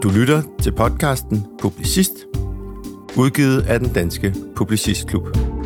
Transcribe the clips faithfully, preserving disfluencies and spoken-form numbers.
Du lytter til podcasten Publicist, udgivet af den Danske Publicistklub.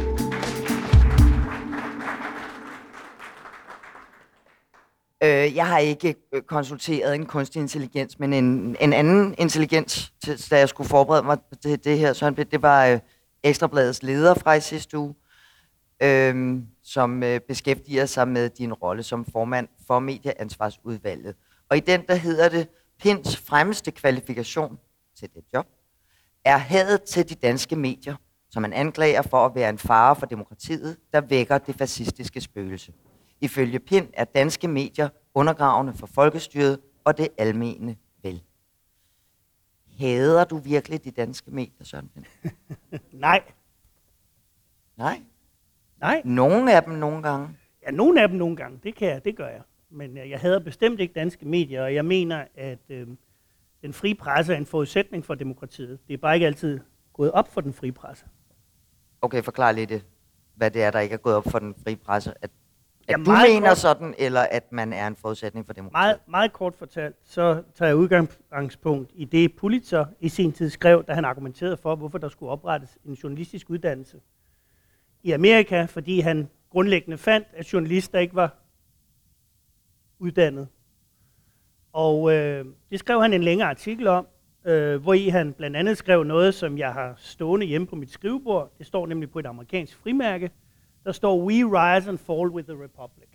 Jeg har ikke konsulteret en kunstig intelligens, men en, en anden intelligens, til, da jeg skulle forberede mig til det her. Sådan, det var øh, Ekstrabladets leder fra i sidste uge, øh, som øh, beskæftiger sig med din rolle som formand for Medieansvarsudvalget. Og i den, der hedder det, Pinds fremmeste kvalifikation til det job, er hadet til de danske medier, som man anklager for at være en fare for demokratiet, der vækker det fascistiske spøgelse. Ifølge Pind er danske medier undergravende for folkestyret og det almene vel. Hader du virkelig de danske medier, Søren Pind? Nej. Nej? Nej. Nogle af dem nogle gange? Ja, nogle af dem nogle gange. Det kan jeg, det gør jeg. Men jeg hader bestemt ikke danske medier, og jeg mener, at øh, den frie presse er en forudsætning for demokratiet. Det er bare ikke altid gået op for den frie presse. Okay, forklar lidt, hvad det er, der ikke er gået op for den frie presse. At, at ja, du mener kort, sådan, eller at man er en forudsætning for demokratiet? Meget, meget kort fortalt, så tager jeg udgangspunkt i det, Pulitzer i sin tid skrev, da han argumenterede for, hvorfor der skulle oprettes en journalistisk uddannelse i Amerika, fordi han grundlæggende fandt, at journalister ikke var uddannet. Og øh, det skrev han en længere artikel om, øh, hvor i han blandt andet skrev noget, som jeg har stående hjemme på mit skrivebord. Det står nemlig på et amerikansk frimærke. Der står, "We rise and fall with the Republic."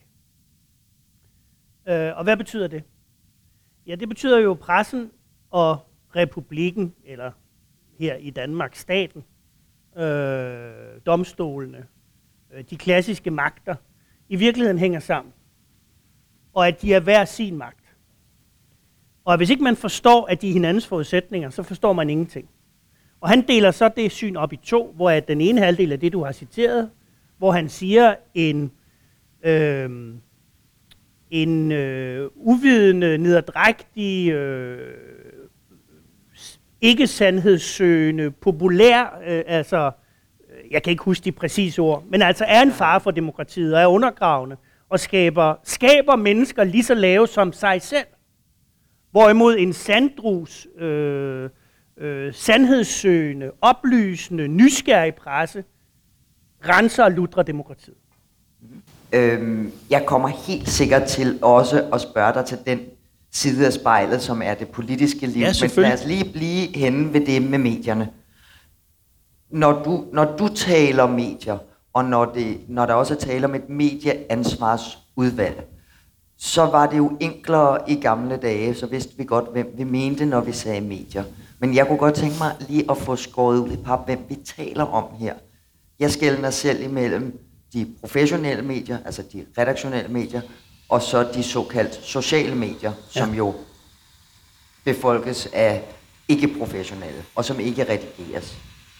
Øh, og hvad betyder det? Ja, det betyder jo pressen og republikken, eller her i Danmark, staten, øh, domstolene, øh, de klassiske magter, i virkeligheden hænger sammen. Og at de er hver sin magt. Og hvis ikke man forstår, at de er hinandens forudsætninger, så forstår man ingenting. Og han deler så det syn op i to, hvor at den ene halvdel af det, du har citeret, hvor han siger, en, øh, en øh, uvidende, nederdrægtig, øh, ikke-sandhedssøgende, populær, øh, altså, jeg kan ikke huske de præcise ord, men altså er en fare for demokratiet og er undergravende, og skaber, skaber mennesker lige så lave som sig selv. Hvorimod en sanddrus, øh, øh, sandhedssøgende, oplysende, nysgerrig presse renser og lutrer demokratiet. Øhm, jeg kommer helt sikkert til også at spørge dig til den side af spejlet, som er det politiske liv. Ja, men lad os lige blive henne ved det med medierne. Når du, når du taler medier, og når, det, når der også er tale om et medieansvarsudvalg, så var det jo enklere i gamle dage, så vidste vi godt, hvem vi mente, når vi sagde medier. Men jeg kunne godt tænke mig lige at få skåret ud i pap, hvem vi taler om her. Jeg skelner selv imellem de professionelle medier, altså de redaktionelle medier, og så de såkaldt sociale medier, som ja. jo befolkes af ikke-professionelle, og som ikke redigeres.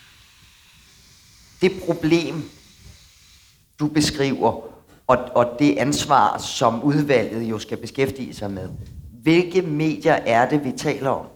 Det problem, du beskriver, og, og det ansvar, som udvalget jo skal beskæftige sig med, hvilke medier er det, vi taler om?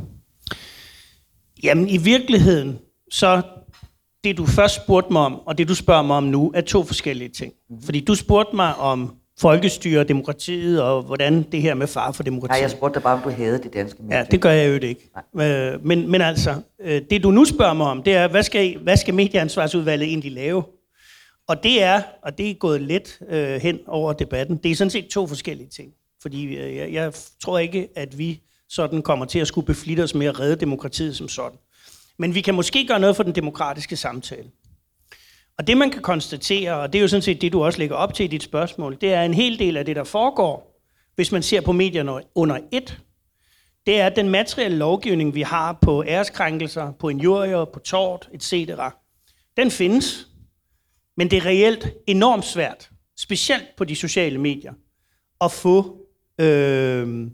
Jamen i virkeligheden, så det du først spurgte mig om, og det du spørger mig om nu, er to forskellige ting. Mm-hmm. Fordi du spurgte mig om folkestyre, demokratiet, og hvordan det her med fare for demokratiet. Nej, jeg spurgte dig bare, om du havde det danske medier. Ja, det gør jeg jo det ikke. Øh, men, men altså, øh, det du nu spørger mig om, det er, hvad skal, hvad skal Medieansvarsudvalget egentlig lave? Og det er, og det er gået let øh, hen over debatten, det er sådan set to forskellige ting. Fordi øh, jeg, jeg tror ikke, at vi sådan kommer til at skulle beflitte os med at redde demokratiet som sådan. Men vi kan måske gøre noget for den demokratiske samtale. Og det man kan konstatere, og det er jo sådan set det, du også lægger op til i dit spørgsmål, det er en hel del af det, der foregår, hvis man ser på medierne under et. Det er den materielle lovgivning, vi har på æreskrænkelser, på injurier, på tort, et cetera. Den findes, men det er reelt enormt svært, specielt på de sociale medier, at få, øh,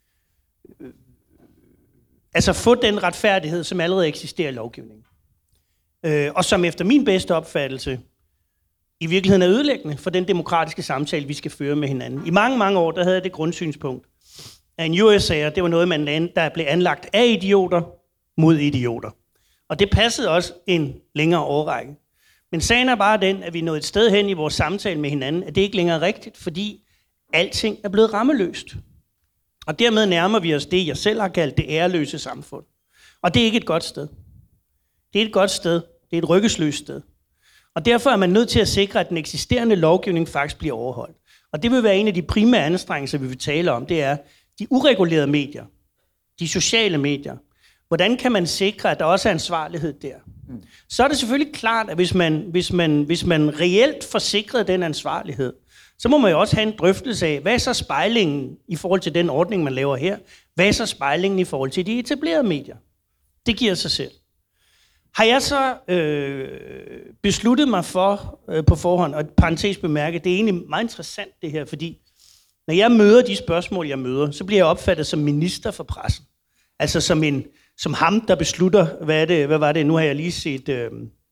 altså få den retfærdighed, som allerede eksisterer i lovgivningen. Øh, og som efter min bedste opfattelse i virkeligheden er ødelæggende for den demokratiske samtale, vi skal føre med hinanden. I mange, mange år, der havde jeg det grundsynspunkt, at injuriesager, det var noget, man, der blev anlagt af idioter mod idioter. Og det passede også en længere årrække. Men sagen er bare den, at vi er nået et sted hen i vores samtale med hinanden, at det ikke længere er rigtigt, fordi alting er blevet rammeløst. Og dermed nærmer vi os det, jeg selv har kaldt det æreløse samfund. Og det er ikke et godt sted. Det er et godt sted. Det er et ryggesløst sted. Og derfor er man nødt til at sikre, at den eksisterende lovgivning faktisk bliver overholdt. Og det vil være en af de primære anstrengelser, vi vil tale om, det er de uregulerede medier, de sociale medier. Hvordan kan man sikre, at der også er ansvarlighed der? Mm. Så er det selvfølgelig klart, at hvis man, hvis man, hvis man reelt forsikrer den ansvarlighed, så må man jo også have en drøftelse af, hvad er så spejlingen i forhold til den ordning, man laver her? Hvad er så spejlingen i forhold til de etablerede medier? Det giver sig selv. Har jeg så øh, besluttet mig for øh, på forhånd, og parentes bemærke, det er egentlig meget interessant det her, fordi når jeg møder de spørgsmål, jeg møder, så bliver jeg opfattet som minister for pressen. Altså som, en, som ham, der beslutter, hvad, er det, hvad var det, nu har jeg lige set, øh,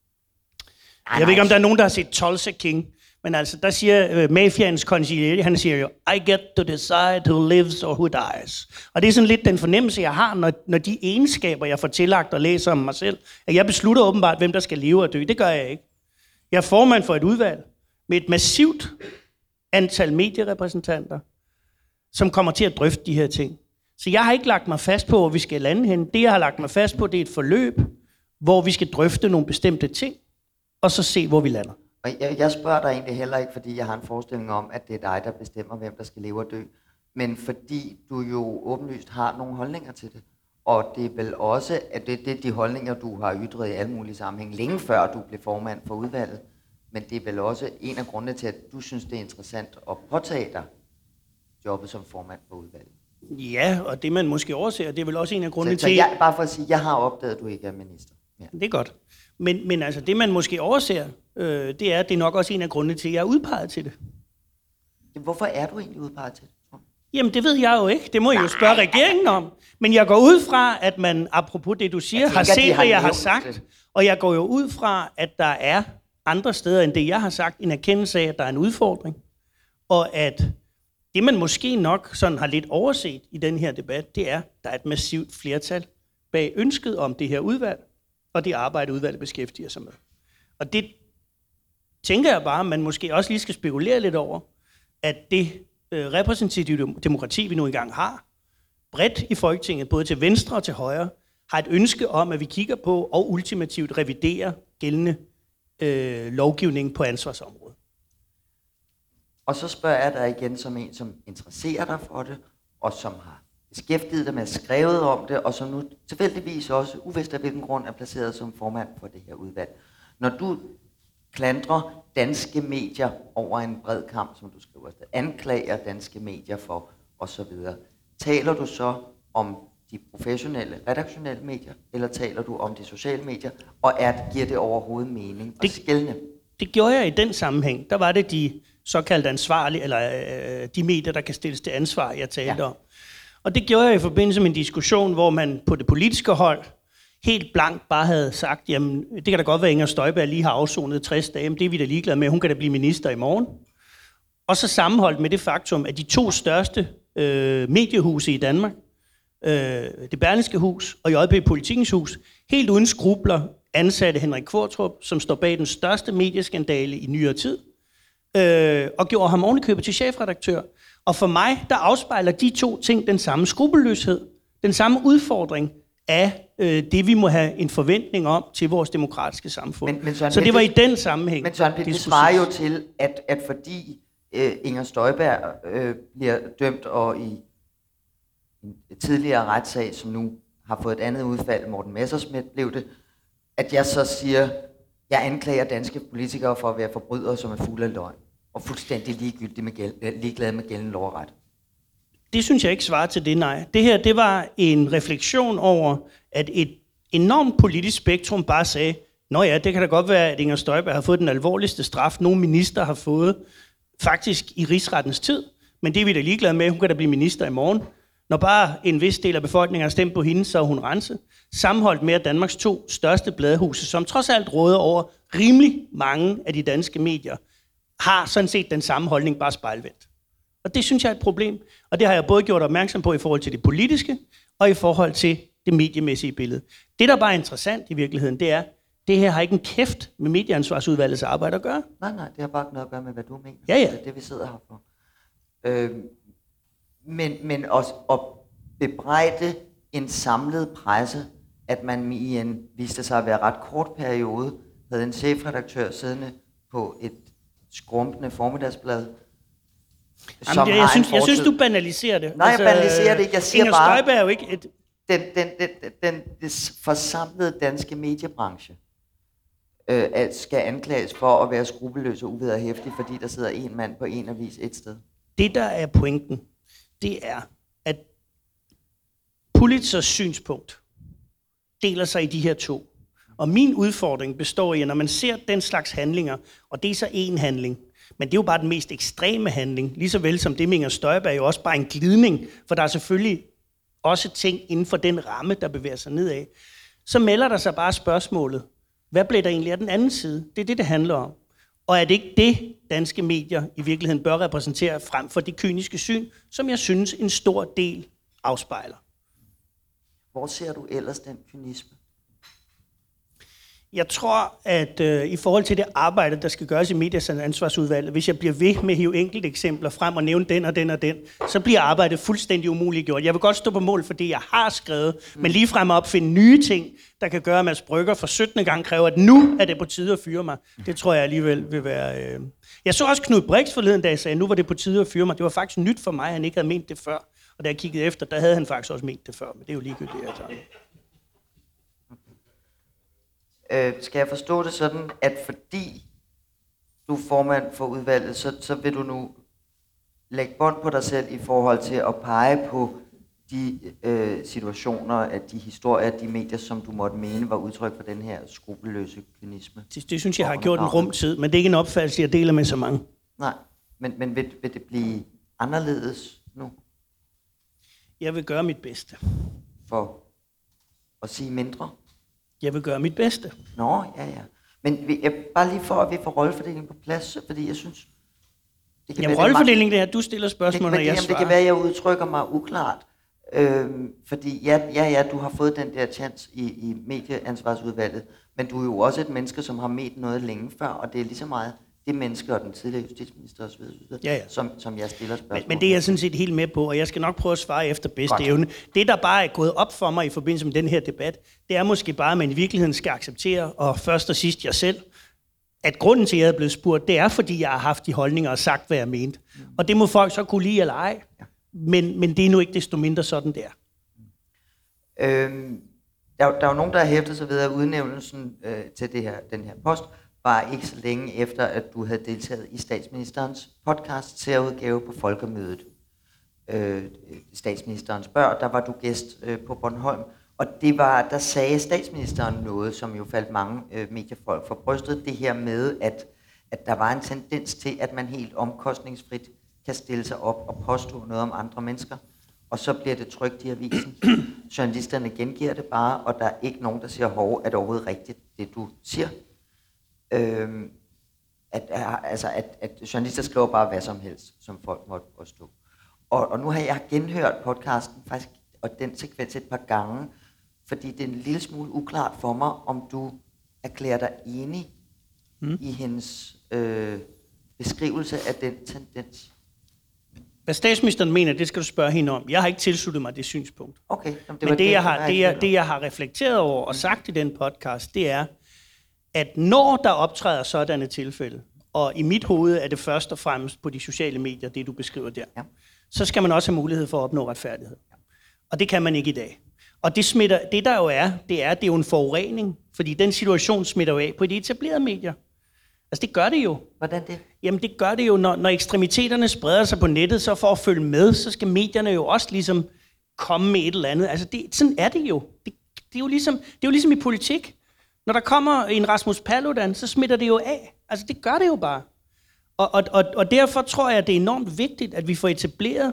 jeg ved ikke, om der er nogen, der har set Tulsa King, men altså, der siger øh, mafiaens consigliere, han siger jo, I get to decide who lives or who dies. Og det er sådan lidt den fornemmelse, jeg har, når, når de egenskaber, jeg får tillagt og læser om mig selv, at jeg beslutter åbenbart, hvem der skal leve og dø. Det gør jeg ikke. Jeg er formand for et udvalg med et massivt antal medierepræsentanter, som kommer til at drøfte de her ting. Så jeg har ikke lagt mig fast på, hvor vi skal lande hen. Det, jeg har lagt mig fast på, det er et forløb, hvor vi skal drøfte nogle bestemte ting, og så se, hvor vi lander. Og jeg, jeg spørger dig egentlig heller ikke, fordi jeg har en forestilling om, at det er dig, der bestemmer, hvem der skal leve og dø, men fordi du jo åbenlyst har nogle holdninger til det. Og det er vel også, at det, det er de holdninger, du har ytret i alle mulige sammenhæng, længe før du blev formand for udvalget. Men det er vel også en af grundene til, at du synes, det er interessant at påtage dig jobbet som formand for udvalget. Ja, og det man måske overser, det er vel også en af grundene så, til... Så jeg, bare for at sige, jeg har opdaget, at du ikke er minister. Ja. Det er godt. Men, men altså, det man måske overser, øh, det er, at det er nok også en af grundene til, at jeg er udpeget til det. Hvorfor er du egentlig udpeget til det? Jamen, det ved jeg jo ikke. Det må I jo spørge regeringen om. Men jeg går ud fra, at man, apropos det du siger, tænker, har set, hvad jeg har sagt. Det. Og jeg går jo ud fra, at der er andre steder, end det jeg har sagt, en erkendelse af, at der er en udfordring. Og at det man måske nok sådan har lidt overset i den her debat, det er, at der er et massivt flertal bag ønsket om det her udvalg, og det arbejde, udvalget beskæftiger sig med. Og det tænker jeg bare, at man måske også lige skal spekulere lidt over, at det øh, repræsentative demokrati, vi nu engang har, bredt i Folketinget, både til venstre og til højre, har et ønske om, at vi kigger på og ultimativt reviderer gældende øh, lovgivning på ansvarsområdet. Og så spørger jeg dig igen som en, som interesserer dig for det, og som har beskæftiget dig med at skrevet om det, og som nu tilfældigvis også, uvist af hvilken grund, er placeret som formand for det her udvalg. Når du klandrer danske medier over en bred kamp, som du skriver, anklager danske medier for, osv., taler du så om de professionelle, redaktionelle medier, eller taler du om de sociale medier, og er, giver det overhovedet mening at skelne? Det gjorde jeg i den sammenhæng. Der var det de såkaldt ansvarlige, eller øh, de medier, der kan stilles til ansvar, jeg talte ja. om. Og det gjorde jeg i forbindelse med en diskussion, hvor man på det politiske hold helt blankt bare havde sagt, jamen det kan da godt være, at Inger Støjberg lige har afsonet tres dage, men det er vi da ligeglade med, hun kan da blive minister i morgen. Og så sammenholdt med det faktum, at de to største øh, mediehuse i Danmark, øh, det Berlingske Hus og J P Politikens Hus, helt uden skrubler ansatte Henrik Qvortrup, som står bag den største medieskandale i nyere tid, øh, og gjorde ham ovenikøbet til chefredaktør. Og for mig, der afspejler de to ting den samme skrupelløshed, den samme udfordring af øh, det, vi må have en forventning om til vores demokratiske samfund. Men, men Søren, så det var i den sammenhæng. Men Søren, det svarer jo til, at, at fordi øh, Inger Støjberg øh, bliver dømt, og i en tidligere retssag, som nu har fået et andet udfald, Morten Messerschmidt blev det, at jeg så siger, jeg anklager danske politikere for at være forbrydere, som er fulde af løgn, og fuldstændig ligegyldige med gæld, ligeglade med gældende lov og ret. Det synes jeg ikke svarer til det, nej. Det her, det var en refleksion over, at et enormt politisk spektrum bare sagde, nå ja, det kan da godt være, at Inger Støjberg har fået den alvorligste straf, nogle minister har fået, faktisk i rigsrettens tid, men det er vi da ligeglade med, hun kan da blive minister i morgen. Når bare en vis del af befolkningen har stemt på hende, så er hun renset. Sammenholdt med, at Danmarks to største bladhuse, som trods alt råder over rimelig mange af de danske medier, har sådan set den samme holdning, bare spejlvendt. Og det synes jeg er et problem, og det har jeg både gjort opmærksom på i forhold til det politiske, og i forhold til det mediemæssige billede. Det, der bare er interessant i virkeligheden, det er, det her har ikke en kæft med medieansvarsudvalgets arbejde at gøre. Nej, nej, det har bare noget at gøre med, hvad du mener. Ja, ja. Det er det, vi sidder her for. Øh, Men, men også at bebrejde en samlet presse, at man i en, viste sig at være ret kort periode, havde en chefredaktør siddende på et skrumpende formiddagsblad. Jamen, jeg, jeg, synes, jeg synes, du banaliserer det. Nej, altså, jeg banaliserer det ikke. Jeg siger Inger bare, Støjberg er jo ikke et... den, den, den, den, den forsamlede danske mediebranche øh, skal anklages for at være skrupelløs og uvederhæftig, fordi der sidder en mand på en avis et sted. Det, der er pointen, det er, at Pulitzers synspunkt deler sig i de her to. Og min udfordring består i, at når man ser den slags handlinger, og det er så en handling, men det er jo bare den mest ekstreme handling, lige så vel som det med Inger Støjberg er jo også bare en glidning, for der er selvfølgelig også ting inden for den ramme, der bevæger sig nedad. Så melder der sig bare spørgsmålet, hvad blev der egentlig af den anden side? Det er det, det handler om. Og er det ikke det, danske medier i virkeligheden bør repræsentere frem for det kyniske syn, som jeg synes en stor del afspejler? Hvor ser du ellers den kynisme? Jeg tror, at øh, i forhold til det arbejde, der skal gøres i medieansvarsudvalget, hvis jeg bliver ved med at hive enkelte eksempler frem og nævne den og den og den, så bliver arbejdet fuldstændig umuligt gjort. Jeg vil godt stå på mål for det, jeg har skrevet, mm. men lige frem at opfinde nye ting, der kan gøre, at Mads Brügger for syttende gang kræver, at nu er det på tide at fyre mig. Det tror jeg alligevel vil være... Øh... Jeg så også Knud Brix forleden, da jeg sagde, at nu var det på tide at fyre mig. Det var faktisk nyt for mig, at han ikke havde ment det før. Og da jeg kiggede efter, der havde han faktisk også ment det før, men det er jo ligegyldigt. Altså. Øh, skal jeg forstå det sådan, at fordi du er formand for udvalget, så, så vil du nu lægge bånd på dig selv i forhold til at pege på de øh, situationer, at de historier, de medier, som du måtte mene, var udtryk for den her skrupelløse kynisme? Det, det synes jeg har gjort en rumtid, men det er ikke en opfattelse, jeg deler med så mange. Nej, men, men vil, vil det blive anderledes nu? Jeg vil gøre mit bedste. For at sige mindre? Jeg vil gøre mit bedste. Nå, ja, ja. Men vi, jeg, bare lige for, at vi får rollefordelingen på plads, fordi jeg synes... Det kan jamen, rollefordelingen det er, at du stiller spørgsmål, når jeg jamen, svarer. Det kan være, at jeg udtrykker mig uklart. Øhm, fordi ja, ja, ja, du har fået den der chance i, i medieansvarsudvalget, men du er jo også et menneske, som har ment noget længe før, og det er lige så meget det menneske og den tidligere justitsminister osv., ja, ja. som, som jeg stiller spørgsmål. Men, men det er jeg sådan set helt med på, og jeg skal nok prøve at svare efter bedste evne. Det, der bare er gået op for mig i forbindelse med den her debat, det er måske bare, at man i virkeligheden skal acceptere, og først og sidst jeg selv, at grunden til, at jeg er blevet spurgt, det er, fordi jeg har haft de holdninger og sagt, hvad jeg mente. Mm. Og det må folk så kunne lide eller ej. Ja. Men, men det er nu ikke desto mindre sådan, der. Øhm, der, der er jo nogen, der har hæftet sig ved, at udnævnelsen øh, til det her, den her post var ikke så længe efter, at du havde deltaget i statsministerens podcast-serieudgave på Folkemødet. Øh, statsministeren spørger, der var du gæst øh, på Bornholm, og det var, der sagde statsministeren noget, som jo faldt mange øh, mediefolk for brystet, det her med, at, at der var en tendens til, at man helt omkostningsfrit kan stille sig op og påstå noget om andre mennesker, og så bliver det trykt i avisen. Journalisterne gengiver det bare, og der er ikke nogen, der siger, hov, er det overhovedet rigtigt, det du siger? Øhm, at, altså, at, at journalister skriver bare hvad som helst, som folk måtte påstå. Og, og nu har jeg genhørt podcasten faktisk, og den sekvens et par gange, fordi det er en lille smule uklart for mig, om du erklærer dig enig mm. i hendes øh, beskrivelse af den tendens. Hvad statsministeren mener, det skal du spørge hende om. Jeg har ikke tilsluttet mig det synspunkt. Okay. Jamen, det Men det, det, jeg har, det, jeg, det, jeg har reflekteret over og sagt i den podcast, det er, at når der optræder sådanne tilfælde, og i mit hoved er det først og fremmest på de sociale medier, det du beskriver der, ja. så skal man også have mulighed for at opnå retfærdighed. Ja. Og det kan man ikke i dag. Og det, smitter, det der jo er, det er, det er jo en forurening, fordi den situation smitter jo af på de etablerede medier. Altså det gør det jo. Hvordan det? Jamen det gør det jo, når, når ekstremiteterne spreder sig på nettet, så for at følge med, så skal medierne jo også ligesom komme med et eller andet. Altså det, sådan er det jo. Det, det, er jo ligesom, det er jo ligesom i politik. Når der kommer en Rasmus Paludan, så smitter det jo af. Altså det gør det jo bare. Og, og, og, og derfor tror jeg, at det er enormt vigtigt, at vi får etableret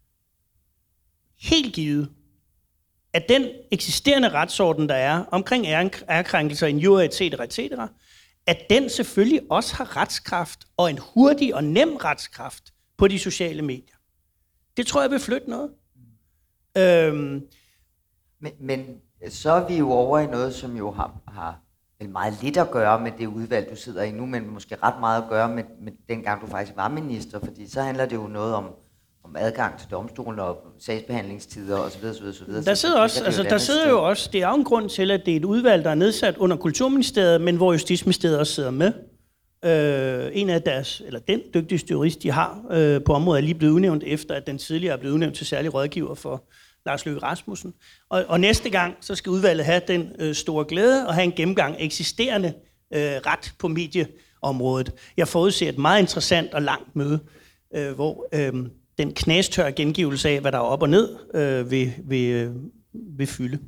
helt givet, at den eksisterende retsorden, der er omkring ærekrænkelser, injurier, et cetera, et cetera, at den selvfølgelig også har retskraft, og en hurtig og nem retskraft på de sociale medier. Det tror jeg vil flytte noget. Mm. Øhm. Men, men så er vi jo over i noget, som jo har, har vel meget lidt at gøre med det udvalg, du sidder i nu, men måske ret meget at gøre med, med dengang du faktisk var minister, fordi så handler det jo noget om, om adgang til domstolen og sagsbehandlingstider osv. osv., osv. Der sidder, også, altså, der sidder jo også, det er jo en grund til, at det er et udvalg, der er nedsat under Kulturministeriet, men hvor Justitsministeriet også sidder med. Øh, en af deres, eller den dygtigste jurist, de har øh, på området, er lige blevet udnævnt efter, at den tidligere er blevet udnævnt til særlig rådgiver for Lars Løkke Rasmussen. Og, og næste gang, så skal udvalget have den øh, store glæde og have en gennemgang af eksisterende øh, ret på medieområdet. Jeg forudser et meget interessant og langt møde, øh, hvor øh, den knastørre gengivelse af, hvad der er op og ned, øh, vil, vil, øh, vil fylde.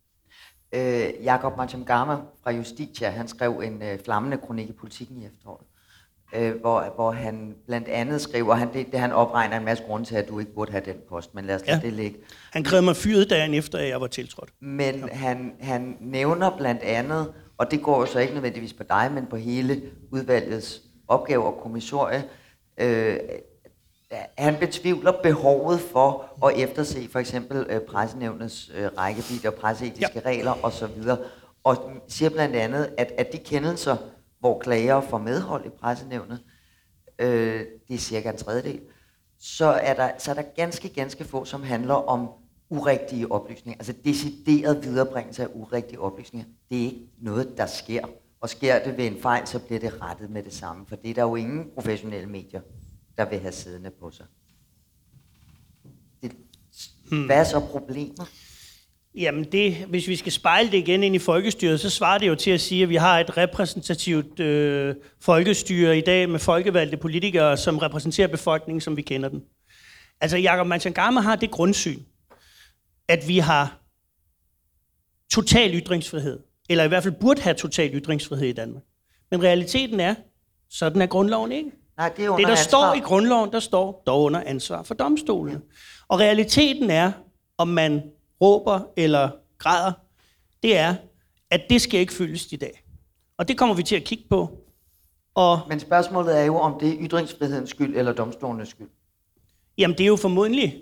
Øh, Jakob Macham-Gama fra Justitia, han skrev en øh, flammende kronik i Politikken i efteråret, øh, hvor, hvor han blandt andet skriver, han, det, det han opregner en masse grunde til, at du ikke burde have den post, men lad os lade ja. det ligge. Han krævede mig fyret dagen efter, at jeg var tiltrådt. Men ja. han, han nævner blandt andet, og det går jo så ikke nødvendigvis på dig, men på hele udvalgets opgave og kommissorie, øh, han betvivler behovet for at efterse for eksempel øh, pressenævnets øh, rækkevidde og presseetiske ja. regler osv. Og siger blandt andet, at, at de kendelser, hvor klager får medhold i pressenævnet, øh, det er cirka en tredjedel, så er, der, så er der ganske, ganske få, som handler om urigtige oplysninger. Altså decideret viderebringelse af urigtige oplysninger. Det er ikke noget, der sker. Og sker det ved en fejl, så bliver det rettet med det samme. For det er der jo ingen professionelle medier, der vil have siddende på sig. Det, hmm. Hvad er så problemet? Jamen det, hvis vi skal spejle det igen ind i folkestyret, så svarer det jo til at sige, at vi har et repræsentativt øh, folkestyre i dag med folkevalgte politikere, som repræsenterer befolkningen, som vi kender den. Altså Jakob Macham-Gama har det grundsyn, at vi har total ytringsfrihed, eller i hvert fald burde have total ytringsfrihed i Danmark. Men realiteten er, sådan er grundloven ikke. Nej, det, er det, der ansvar. står i grundloven, der står dog under ansvar for domstolen. Ja. Og realiteten er, om man råber eller græder, det er, at det skal ikke følges i dag. Og det kommer vi til at kigge på. Og Men spørgsmålet er jo, om det er ytringsfrihedens skyld eller domstolenes skyld. Jamen, det er jo formodentlig...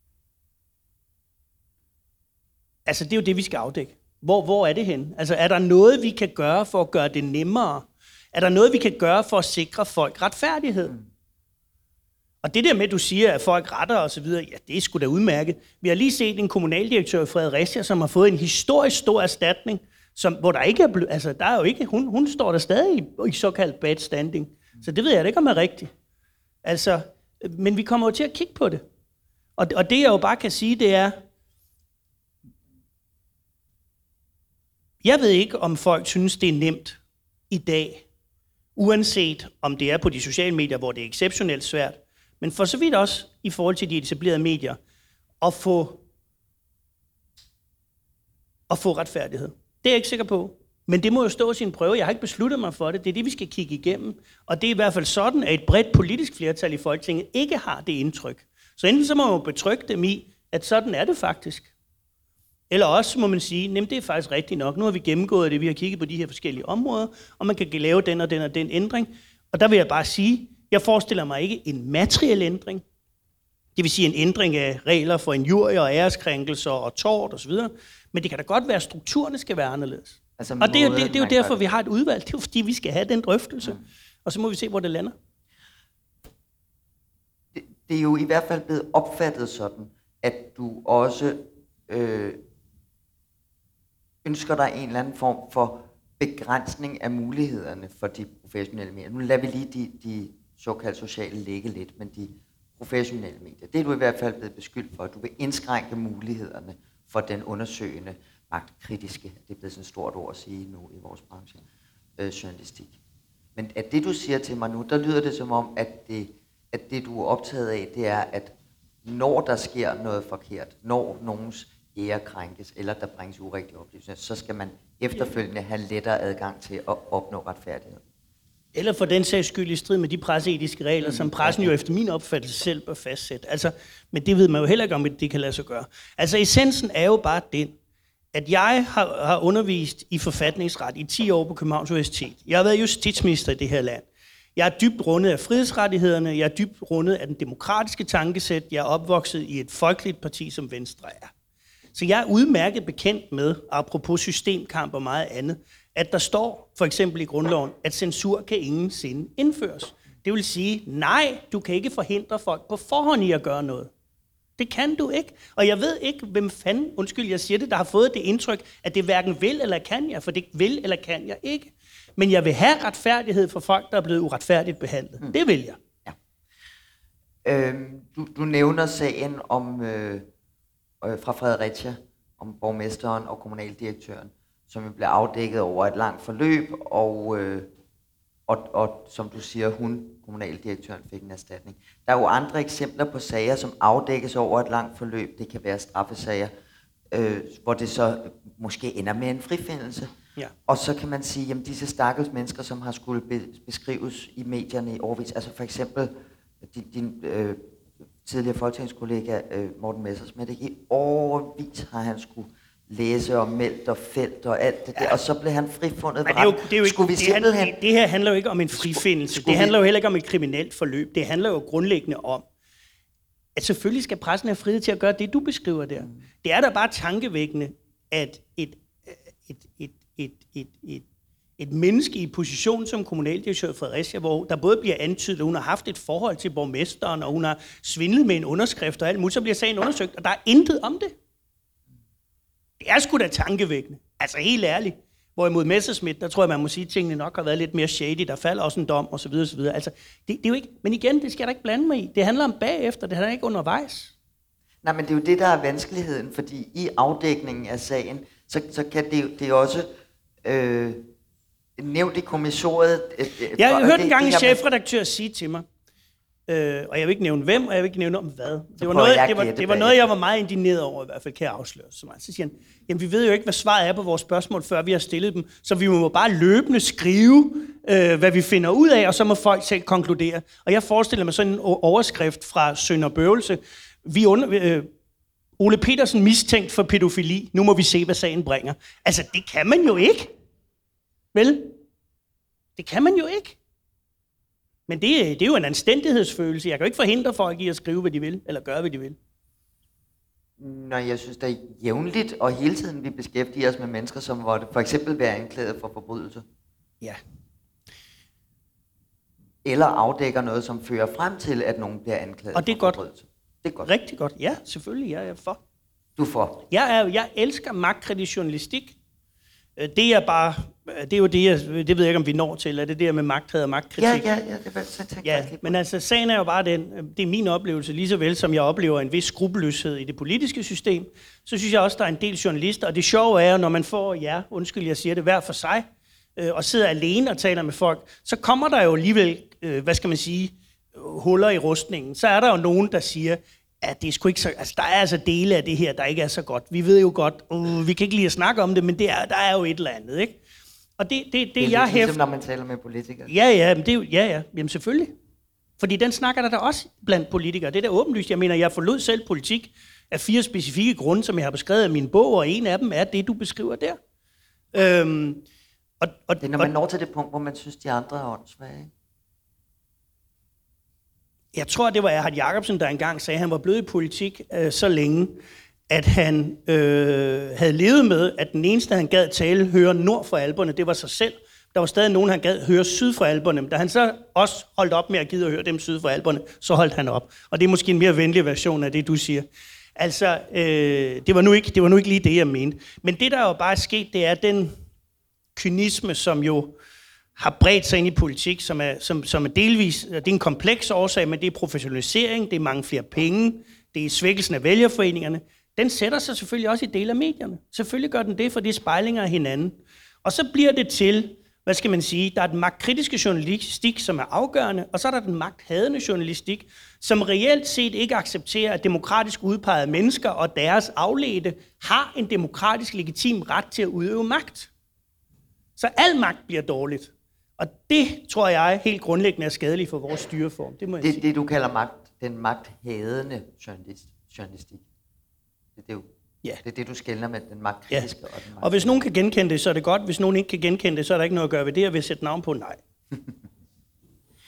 Altså, det er jo det, vi skal afdække. Hvor, hvor er det henne? Altså, er der noget, vi kan gøre for at gøre det nemmere? Er der noget, vi kan gøre for at sikre folk retfærdighed? Mm. Og det der med, at du siger, at folk retter og så videre, ja, det er sgu da udmærket. Vi har lige set en kommunaldirektør i Fredericia, som har fået en historisk stor erstatning, som, hvor der ikke er blevet, altså der er jo ikke, hun, hun står der stadig i, i såkaldt bad standing. Så det ved jeg da ikke, om er rigtigt. Altså, men vi kommer jo til at kigge på det. Og, og det jeg jo bare kan sige, det er, jeg ved ikke, om folk synes, det er nemt i dag, uanset om det er på de sociale medier, hvor det er exceptionelt svært, men for så vidt også i forhold til de etablerede medier, at få, at få retfærdighed. Det er jeg ikke sikker på. Men det må jo stå sin prøve. Jeg har ikke besluttet mig for det. Det er det, vi skal kigge igennem. Og det er i hvert fald sådan, at et bredt politisk flertal i Folketinget ikke har det indtryk. Så enten så må man jo betrygge dem i, at sådan er det faktisk. Eller også må man sige, at det er faktisk rigtigt nok. Nu har vi gennemgået det, vi har kigget på de her forskellige områder, og man kan lave den og den og den ændring. Og der vil jeg bare sige, jeg forestiller mig ikke en materiel ændring. Det vil sige en ændring af regler for injurier og æreskrænkelser og tort osv. Men det kan da godt være, at strukturerne skal være anderledes. Altså, og det er jo, det, det er jo derfor, vi har et udvalg. Det er jo fordi, vi skal have den drøftelse. Mm. Og så må vi se, hvor det lander. Det, det er jo i hvert fald blevet opfattet sådan, at du også øh, ønsker dig en eller anden form for begrænsning af mulighederne for de professionelle medier. Nu lader vi lige de, de såkaldt sociale ligge lidt, men de professionelle medier, det er du i hvert fald blevet beskyldt for. Du vil indskrænke mulighederne for den undersøgende, magtkritiske, det er blevet sådan et stort ord at sige nu i vores branche, øh, journalistik. Men at det, du siger til mig nu, der lyder det som om, at det, at det du er optaget af, det er, at når der sker noget forkert, når nogens ære krænkes, eller der bringes urigtige oplysninger, så skal man efterfølgende have lettere adgang til at opnå retfærdighed. Eller for den sags skyld i strid med de presseetiske regler, som pressen jo efter min opfattelse selv bør fastsætte. Altså, men det ved man jo heller ikke, om det kan lade sig gøre. Altså, essensen er jo bare den, at jeg har, har undervist i forfatningsret i ti år på Københavns Universitet. Jeg har været justitsminister i det her land. Jeg er dybt rundet af frihedsrettighederne, jeg er dybt rundet af den demokratiske tankesæt, jeg er opvokset i et folkeligt parti, som Venstre er. Så jeg er udmærket bekendt med, apropos systemkamp og meget andet, at der står for eksempel i grundloven, at censur kan ingensinde indføres. Det vil sige, nej, du kan ikke forhindre folk på forhånd i at gøre noget. Det kan du ikke. Og jeg ved ikke, hvem fanden, undskyld, jeg siger det, der har fået det indtryk, at det hverken vil eller kan jeg, for det vil eller kan jeg ikke. Men jeg vil have retfærdighed for folk, der er blevet uretfærdigt behandlet. Mm. Det vil jeg. Ja. Øhm, du, du nævner sagen om øh, øh, fra Fredericia, om borgmesteren og kommunaldirektøren, som blev afdækket over et langt forløb, og, øh, og, og som du siger, hun, kommunaldirektøren, fik en erstatning. Der er jo andre eksempler på sager, som afdækkes over et langt forløb. Det kan være straffesager, øh, hvor det så måske ender med en frifindelse. Ja. Og så kan man sige, at disse stakkels mennesker, som har skulle be- beskrives i medierne i årevis, altså for eksempel din, din øh, tidligere folketingskollega øh, Morten Messerschmidt, i årevis har han skulle læse om Meldt og Felt og alt det der, ja. Og så blev han frifundet. Men det, er jo, det, er jo ikke, skulle vi det, simpelthen... det, det her handler jo ikke om en frifindelse. Det handler jo heller ikke om et kriminelt forløb. Det handler jo grundlæggende om, at selvfølgelig skal pressen have frihed til at gøre det, du beskriver der. Mm. Det er da bare tankevækkende, at et, et, et, et, et, et, et menneske i position som kommunaldirektør i Fredericia, hvor der både bliver antydet, at hun har haft et forhold til borgmesteren, og hun har svindlet med en underskrift og alt muligt, så bliver sagen undersøgt, og der er intet om det. Det er sgu da tankevækkende. Altså helt ærligt. Hvorimod Messerschmidt, der tror jeg, man må sige, at tingene nok har været lidt mere shady. Der falder også en dom, og så videre, og så videre. Altså, det, det er jo ikke... Men igen, det skal jeg da ikke blande mig i. Det handler om bagefter, det handler ikke undervejs. Nej, men det er jo det, der er vanskeligheden, fordi i afdækningen af sagen, så, så kan det, det er også øh, nævnt i kommissoriet... Øh, ja, jeg hørte engang en her, chefredaktør sige til mig, Øh, og jeg vil ikke nævne hvem, og jeg vil ikke nævne om hvad. Det var, noget, det, var, det var noget, jeg var meget indigneret over, i hvert fald kan jeg afsløre. Så, meget. Så siger han, jamen vi ved jo ikke, hvad svaret er på vores spørgsmål, før vi har stillet dem, så vi må bare løbende skrive, øh, hvad vi finder ud af, og så må folk selv konkludere. Og jeg forestiller mig sådan en overskrift fra Sønder Bøvelse. Vi under, øh, Ole Petersen mistænkt for pædofili. Nu må vi se, hvad sagen bringer. Altså, det kan man jo ikke. Vel? Det kan man jo ikke. Men det, det er jo en anstændighedsfølelse. Jeg kan jo ikke forhindre folk i at skrive, hvad de vil, eller gøre, hvad de vil. Nå, jeg synes da jævnligt og hele tiden, vi beskæftiger os med mennesker, som måtte for eksempel være anklaget for forbrydelse. Ja. Eller afdækker noget, som fører frem til, at nogen bliver anklaget og det er for godt. forbrydelse. Det er godt. Rigtig godt. Ja, selvfølgelig. Jeg er for. Du er for. Jeg, er, jeg elsker magtkritisk journalistik. Det er bare, det er jo det, jeg, det ved jeg ikke, om vi når til, er det der med magthad og magtkritik? Ja, ja, ja, det var så tænkt ja, men altså, sagen er jo bare den, det er min oplevelse, lige så vel som jeg oplever en vis skrupelløshed i det politiske system, så synes jeg også, der er en del journalister, og det sjove er jo, når man får, ja, undskyld, jeg siger det, hver for sig, øh, og sidder alene og taler med folk, så kommer der jo alligevel, øh, hvad skal man sige, huller i rustningen. Så er der jo nogen, der siger, ja, det er sgu ikke så, altså, der er altså dele af det her, der ikke er så godt. Vi ved jo godt, uh, vi kan ikke lide at snakke om det, men det er, der er jo et eller andet, ikke? Og det, det, det, det er jeg lidt ligesom, når man taler med politikere. Ja, ja, men det er jo, ja, ja, jamen selvfølgelig. Fordi den snakker der da også blandt politikere. Det er da åbenlyst. Jeg mener, jeg forlod selv politik af fire specifikke grunde, som jeg har beskrevet i min bog, og en af dem er det, du beskriver der. Øhm, og, og, det er, når man når til det punkt, hvor man synes, de andre er åndssvage. Jeg tror, det var Erhard Jacobsen, der engang sagde, at han var blevet i politik øh, så længe, at han øh, havde levet med, at den eneste, han gad tale, høre nord for Alperne, det var sig selv. Der var stadig nogen, han gad høre syd for Alperne. Men da han så også holdt op med at gide at høre dem syd for Alperne, så holdt han op. Og det er måske en mere venlig version af det, du siger. Altså, øh, det, var nu ikke, det var nu ikke lige det, jeg mente. Men det, der jo bare er sket, det er den kynisme, som jo har bredt sig ind i politik, som er, som, som er delvis, det er en kompleks årsag, men det er professionalisering, det er mange flere penge, det er svækkelsen af vælgerforeningerne. Den sætter sig selvfølgelig også i dele af medierne. Selvfølgelig gør den det, for det er spejlinger af hinanden. Og så bliver det til, hvad skal man sige, der er den magtkritiske journalistik, som er afgørende, og så er der den magthadende journalistik, som reelt set ikke accepterer, at demokratisk udpegede mennesker og deres afledte har en demokratisk legitim ret til at udøve magt. Så al magt bliver dårligt. Og det, tror jeg, helt grundlæggende er skadeligt for vores styreform. Det må jeg det, sige. Det, du kalder magt, den magthadende journalist, journalistik. Det, det er jo ja. Det er det, du skelner med den magtkritiske ja. og den magt. Og hvis nogen kan genkende det, så er det godt. Hvis nogen ikke kan genkende det, så er der ikke noget at gøre ved det, og vil sætte navn på nej.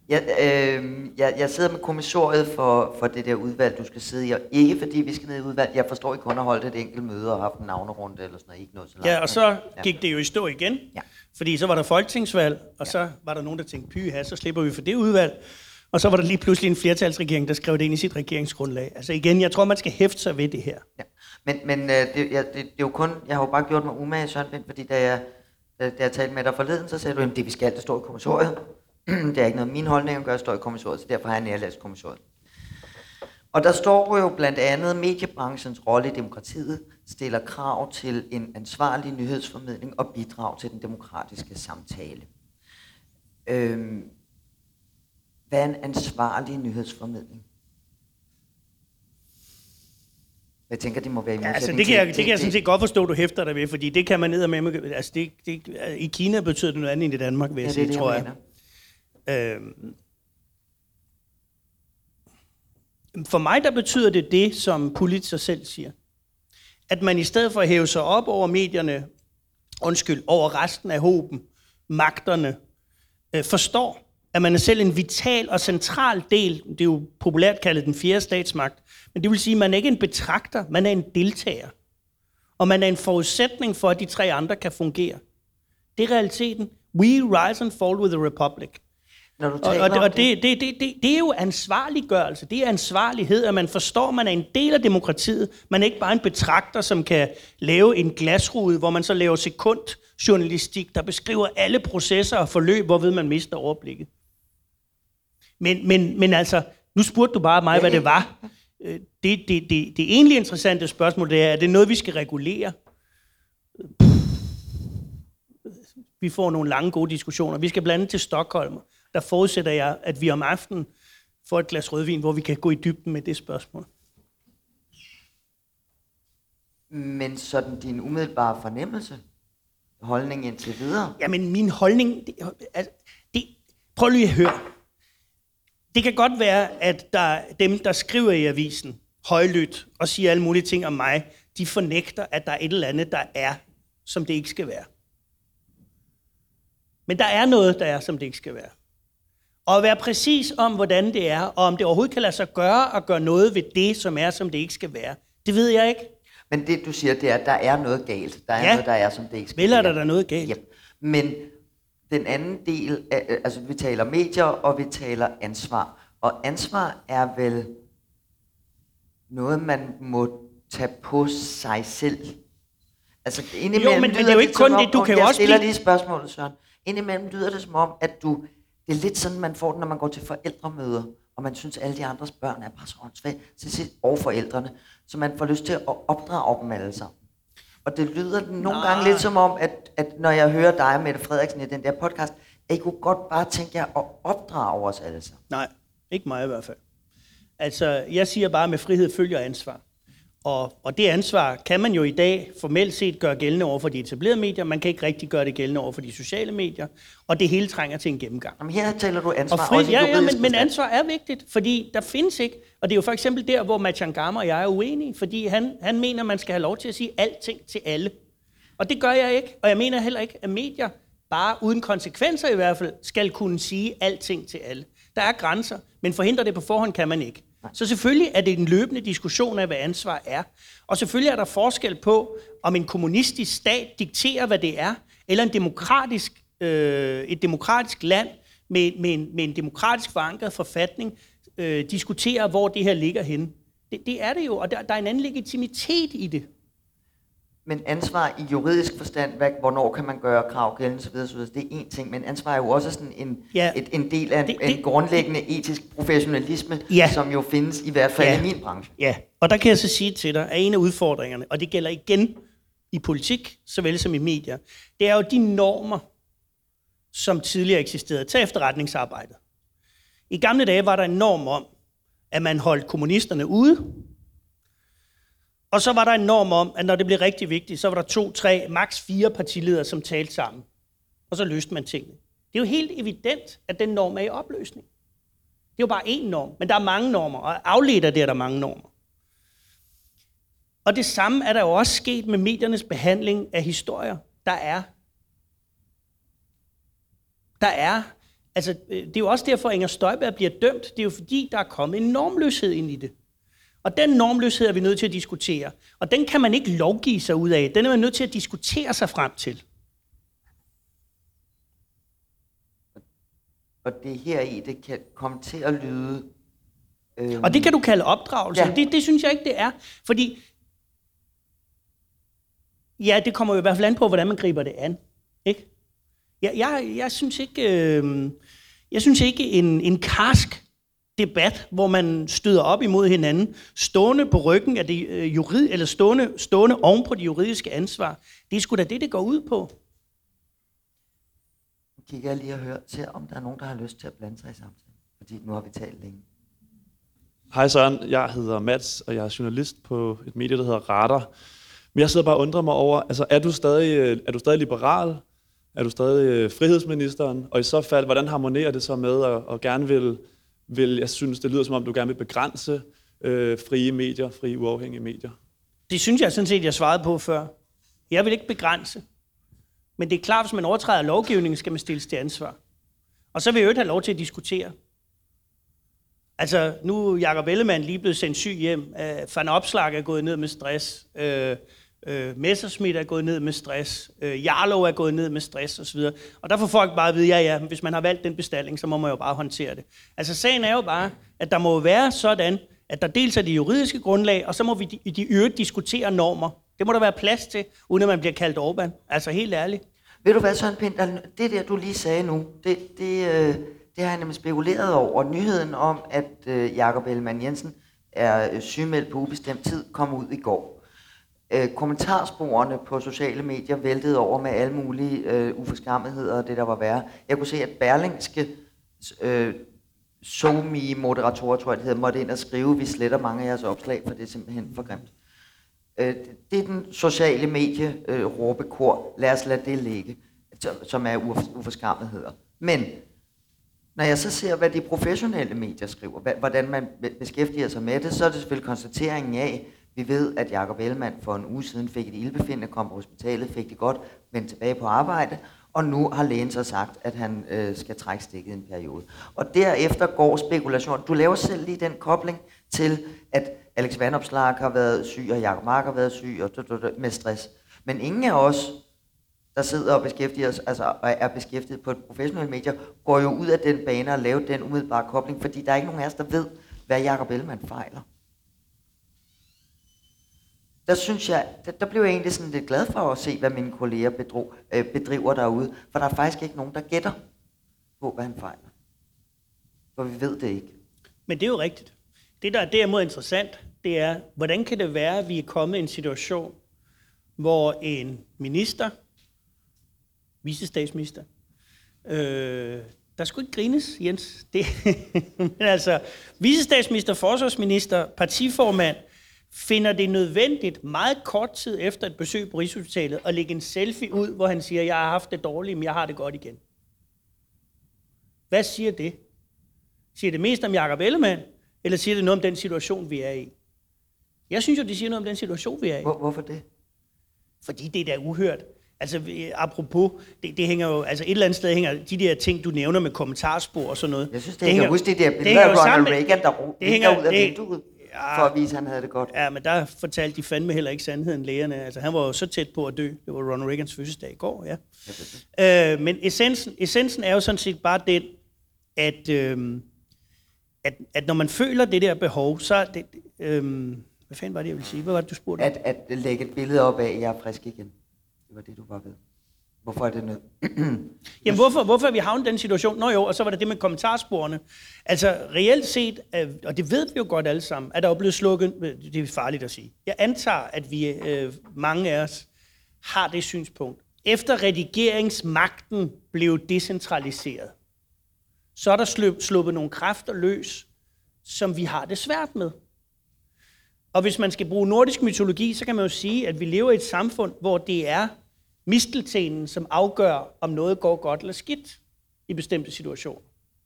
Jeg, øh, jeg, jeg sidder med kommissoriet for, for det der udvalg, du skal sidde i, og ikke fordi vi skal ned i udvalg. Jeg forstår ikke kun at holde et enkelt møde og haft en navnerunde eller sådan noget. Ikke noget så langt. Ja, og så gik det jo i stå igen, ja. Fordi så var der folketingsvalg, og ja. Så var der nogen, der tænkte, pyha, så slipper vi for det udvalg. Og så var der lige pludselig en flertalsregering, der skrev det ind i sit regeringsgrundlag. Altså igen, jeg tror, man skal hæfte sig ved det her. Ja. Men, men øh, det, ja, det, det er jo kun, jeg har jo bare gjort mig umage, Søren Pind, fordi da jeg, da, da jeg talte med dig forleden, så sagde du, at det vi skal, det står i kommissoriet. Det er ikke noget min holdning at gøre, står i kommissoriet, så derfor har jeg nærlæst kommissoriet. Og der står jo blandt andet, mediebranchens rolle i demokratiet stiller krav til en ansvarlig nyhedsformidling og bidrag til den demokratiske samtale. Øhm, hvad er en ansvarlig nyhedsformidling? Jeg tænker, det må være i ja, altså, det kan jeg, det kan jeg sådan set godt forstå, du hæfter dig ved, fordi det kan man ned og med. Altså, det, det, i Kina betyder det noget andet end i Danmark, vil jeg ja, sige, det, tror jeg. jeg. Øhm, for mig, der betyder det det, som Pulitzer selv siger. At man i stedet for at hæve sig op over medierne, undskyld, over resten af hoben, magterne, øh, forstår, at man er selv en vital og central del, det er jo populært kaldet den fjerde statsmagt, men det vil sige, at man er ikke en betragter, man er en deltager. Og man er en forudsætning for, at de tre andre kan fungere. Det er realiteten. We rise and fall with the republic. Når du og og, og det, det, det, det, det er jo ansvarliggørelse, det er ansvarlighed, at man forstår, at man er en del af demokratiet. Man er ikke bare en betragter, som kan lave en glasrude, hvor man så laver sekundjournalistik, der beskriver alle processer og forløb, hvorved man mister overblikket. Men, men, men altså, nu spurgte du bare mig, hvad det var. Det, det, det, det egentlig interessante spørgsmål, det er, er det noget, vi skal regulere? Vi får nogle lange, gode diskussioner. Vi skal blandt andet til Stockholm. Der forudsætter jeg, at vi om aftenen får et glas rødvin, hvor vi kan gå i dybden med det spørgsmål. Men sådan din umiddelbare fornemmelse, holdning indtil videre? Jamen min holdning, det, altså, det, prøv lige at høre. Det kan godt være, at der, dem, der skriver i avisen højlydt og siger alle mulige ting om mig, de fornægter, at der er et eller andet, der er, som det ikke skal være. Men der er noget, der er, som det ikke skal være. Og at være præcis om, hvordan det er, og om det overhovedet kan lade sig gøre at gøre noget ved det, som er, som det ikke skal være, det ved jeg ikke. Men det, du siger, det er, at der er noget galt. Der er ja. noget, der er, som det ikke skal Vel være. er der, der er noget galt. Ja. Men den anden del, af, altså vi taler medier, og vi taler ansvar. Og ansvar er vel noget, man må tage på sig selv. Altså indimellem jo, men, men det er jo ikke kun det, du kan jo også Jeg stiller blive... lige spørgsmålet, Søren. Indimellem lyder det som om, at du... Det er lidt sådan, man får det, når man går til forældremøder, og man synes, at alle de andres børn er bare så åndssvage til sit og forældrene, så man får lyst til at opdrage dem alle sammen. Og det lyder nogle Nå. gange lidt som om, at, at når jeg hører dig og Mette Frederiksen i den der podcast, at I kunne godt bare tænke jer at opdrage os alle sammen. Nej, ikke mig i hvert fald. Altså, jeg siger bare, med frihed følger ansvar. Og, og det ansvar kan man jo i dag formelt set gøre gældende over for de etablerede medier. Man kan ikke rigtig gøre det gældende over for de sociale medier. Og det hele trænger til en gennemgang. Jamen her taler du ansvar. Og fri, også ja, ja, men, men ansvar er vigtigt, fordi der findes ikke. Og det er jo for eksempel der, hvor Mathian Gammer og jeg er uenige. Fordi han, han mener, man skal have lov til at sige alting til alle. Og det gør jeg ikke. Og jeg mener heller ikke, at medier, bare uden konsekvenser i hvert fald, skal kunne sige alting til alle. Der er grænser, men forhindre det på forhånd kan man ikke. Så selvfølgelig er det en løbende diskussion af, hvad ansvar er. Og selvfølgelig er der forskel på, om en kommunistisk stat dikterer, hvad det er, eller en demokratisk, øh, et demokratisk land med, med, en, med en demokratisk forankret forfatning øh, diskuterer, hvor det her ligger henne. Det, det er det jo, og der, der er en anden legitimitet i det. Men ansvar i juridisk forstand, hvad, hvornår kan man gøre krav gældende osv., osv., det er en ting, men ansvar er jo også sådan en, ja, et, en del af en, det, en det, grundlæggende etisk professionalisme, ja, som jo findes i hvert fald ja, i min branche. Ja, og der kan jeg så sige til dig, at en af udfordringerne, og det gælder igen i politik, såvel som i medier, det er jo de normer, som tidligere eksisterede. Tag efterretningsarbejdet. I gamle dage var der en norm om, at man holdt kommunisterne ude, og så var der en norm om, at når det blev rigtig vigtigt, så var der to, tre, maks fire partiledere, som talte sammen. Og så løste man tingene. Det er jo helt evident, at den norm er i opløsning. Det er jo bare én norm, men der er mange normer, og afledt af det er der mange normer. Og det samme er der jo også sket med mediernes behandling af historier. Der er, der er Altså, det er jo også derfor, at Inger Støjberg bliver dømt. Det er jo fordi, der er kommet en normløshed ind i det. Og den normløshed er vi nødt til at diskutere. Og den kan man ikke lovgive sig ud af. Den er man nødt til at diskutere sig frem til. Og det her i, det kan komme til at lyde... Øhm... Og det kan du kalde opdragelse. Ja. Det, det synes jeg ikke, det er. Fordi... Ja, det kommer jo i hvert fald an på, hvordan man griber det an. Ikke? Jeg, jeg, jeg synes ikke, øh, jeg synes ikke en, en karsk debat, hvor man støder op imod hinanden, stående på ryggen af det øh, jurid, eller stående, stående oven på det juridiske ansvar. Det er sgu da det, det går ud på. Nu kigger jeg lige og hører til, om der er nogen, der har lyst til at blande sig i samtalen. Fordi nu har vi talt længe. Hej Søren, jeg hedder Mats, og jeg er journalist på et medie, der hedder Radar. Men jeg sidder bare og undrer mig over, altså er du stadig, er du stadig liberal? Er du stadig frihedsministeren? Og i så fald, hvordan harmonerer det så med at, at gerne vil, vil, jeg synes, det lyder som om, du gerne vil begrænse øh, frie medier, frie uafhængige medier? Det synes jeg sådan set, jeg svarede på før. Jeg vil ikke begrænse. Men det er klart, hvis man overtræder lovgivningen, skal man stilles til ansvar. Og så vil jeg jo ikke have lov til at diskutere. Altså, nu er Jakob Ellemann lige blevet sendt syg hjem. Uh, Van Opslag er gået ned med stress. Uh, uh, Messerschmidt er gået ned med stress. Uh, Jarlov er gået ned med stress osv. Og der får folk bare at vide, ja ja, hvis man har valgt den bestilling, så må man jo bare håndtere det. Altså, sagen er jo bare, at der må være sådan, at der dels er det juridiske grundlag, og så må vi de, de øvrigt diskutere normer. Det må der være plads til, uden at man bliver kaldt Orbán. Altså, helt ærligt. Ved du hvad, Søren Pind, det der, du lige sagde nu, det... det øh Det har jeg nemlig spekuleret over. Nyheden om, at øh, Jakob Ellemann-Jensen er øh, sygemeldt på ubestemt tid, kom ud i går. Øh, kommentarsporene på sociale medier væltede over med alle mulige øh, uforskammetheder og det, der var værre. Jeg kunne se, at Berlingske øh, SoMe-moderatorer, tror jeg det hedder, måtte ind og skrive, vi sletter mange af jeres opslag, for det er simpelthen for grimt. Øh, det er den sociale medie-råbekor. Øh, Lad os lade det ligge, som er uforskammetheder. Men når jeg så ser, hvad de professionelle medier skriver, hvordan man beskæftiger sig med det, så er det selvfølgelig konstateringen af, vi ved, at Jakob Ellemann for en uge siden fik et ildbefindende, kom på hospitalet, fik det godt, vendte tilbage på arbejde, og nu har lægen så sagt, at han øh, skal trække stikket en periode. Og derefter går spekulation. Du laver selv lige den kobling til, at Alex Van Opslag har været syg, og Jakob Mark har været syg, og med stress. Men ingen af os, der sidder og beskæftiger os, altså og er beskæftiget på et professionelle medier, går jo ud af den bane og laver den umiddelbare kobling, fordi der er ikke nogen af os, der ved, hvad Jakob Ellemann fejler. Der synes jeg, der, der blev jeg egentlig sådan lidt glad for at se, hvad mine kolleger bedro, øh, bedriver derude, for der er faktisk ikke nogen, der gætter på, hvad han fejler. For vi ved det ikke. Men det er jo rigtigt. Det, der er derimod interessant, det er, hvordan kan det være, at vi er kommet i en situation, hvor en minister, vicestatsminister. Øh, der skulle ikke grines, Jens. Det, men altså, vicestatsminister, forsvarsminister, partiformand, finder det nødvendigt meget kort tid efter et besøg på Rigshospitalet at lægge en selfie ud, hvor han siger, jeg har haft det dårligt, men jeg har det godt igen. Hvad siger det? Siger det mest om Jakob Ellemann, eller siger det noget om den situation, vi er i? Jeg synes jo, det siger noget om den situation, vi er i. Hvor, hvorfor det? Fordi det er da uhørt. Altså, apropos, det, det hænger jo, altså et eller andet sted hænger de der ting, du nævner med kommentarspor og sådan noget. Jeg synes, det, det hænger, jeg huske de der billeder af Ronald Reagan, der hænger ud af vinduet, ja, for at vise, at han havde det godt. Ja, men der fortalte de fandme heller ikke sandheden, lægerne. Altså, han var jo så tæt på at dø. Det var Ronald Reagans fødselsdag i går, ja. Øh, men essensen, essensen er jo sådan set bare den, at, øh, at, at når man føler det der behov, så er det... Øh, hvad fanden var det, jeg ville sige? Hvad var det, du spurgte om? At, at lægge et billede op af, at jeg er frisk igen. Det var det, du var ved. Hvorfor er det noget? Jamen, hvorfor, hvorfor er vi havnet i den situation? Nå jo, og så var det det med kommentarsporene. Altså, reelt set, og det ved vi jo godt alle sammen, at der er blevet slukket, det er farligt at sige. Jeg antager, at vi, øh, mange af os, har det synspunkt. Efter redigeringsmagten blev decentraliseret, så er der sluppet nogle kræfter løs, som vi har det svært med. Og hvis man skal bruge nordisk mytologi, så kan man jo sige, at vi lever i et samfund, hvor det er misteltenen, som afgør, om noget går godt eller skidt i bestemte situationer.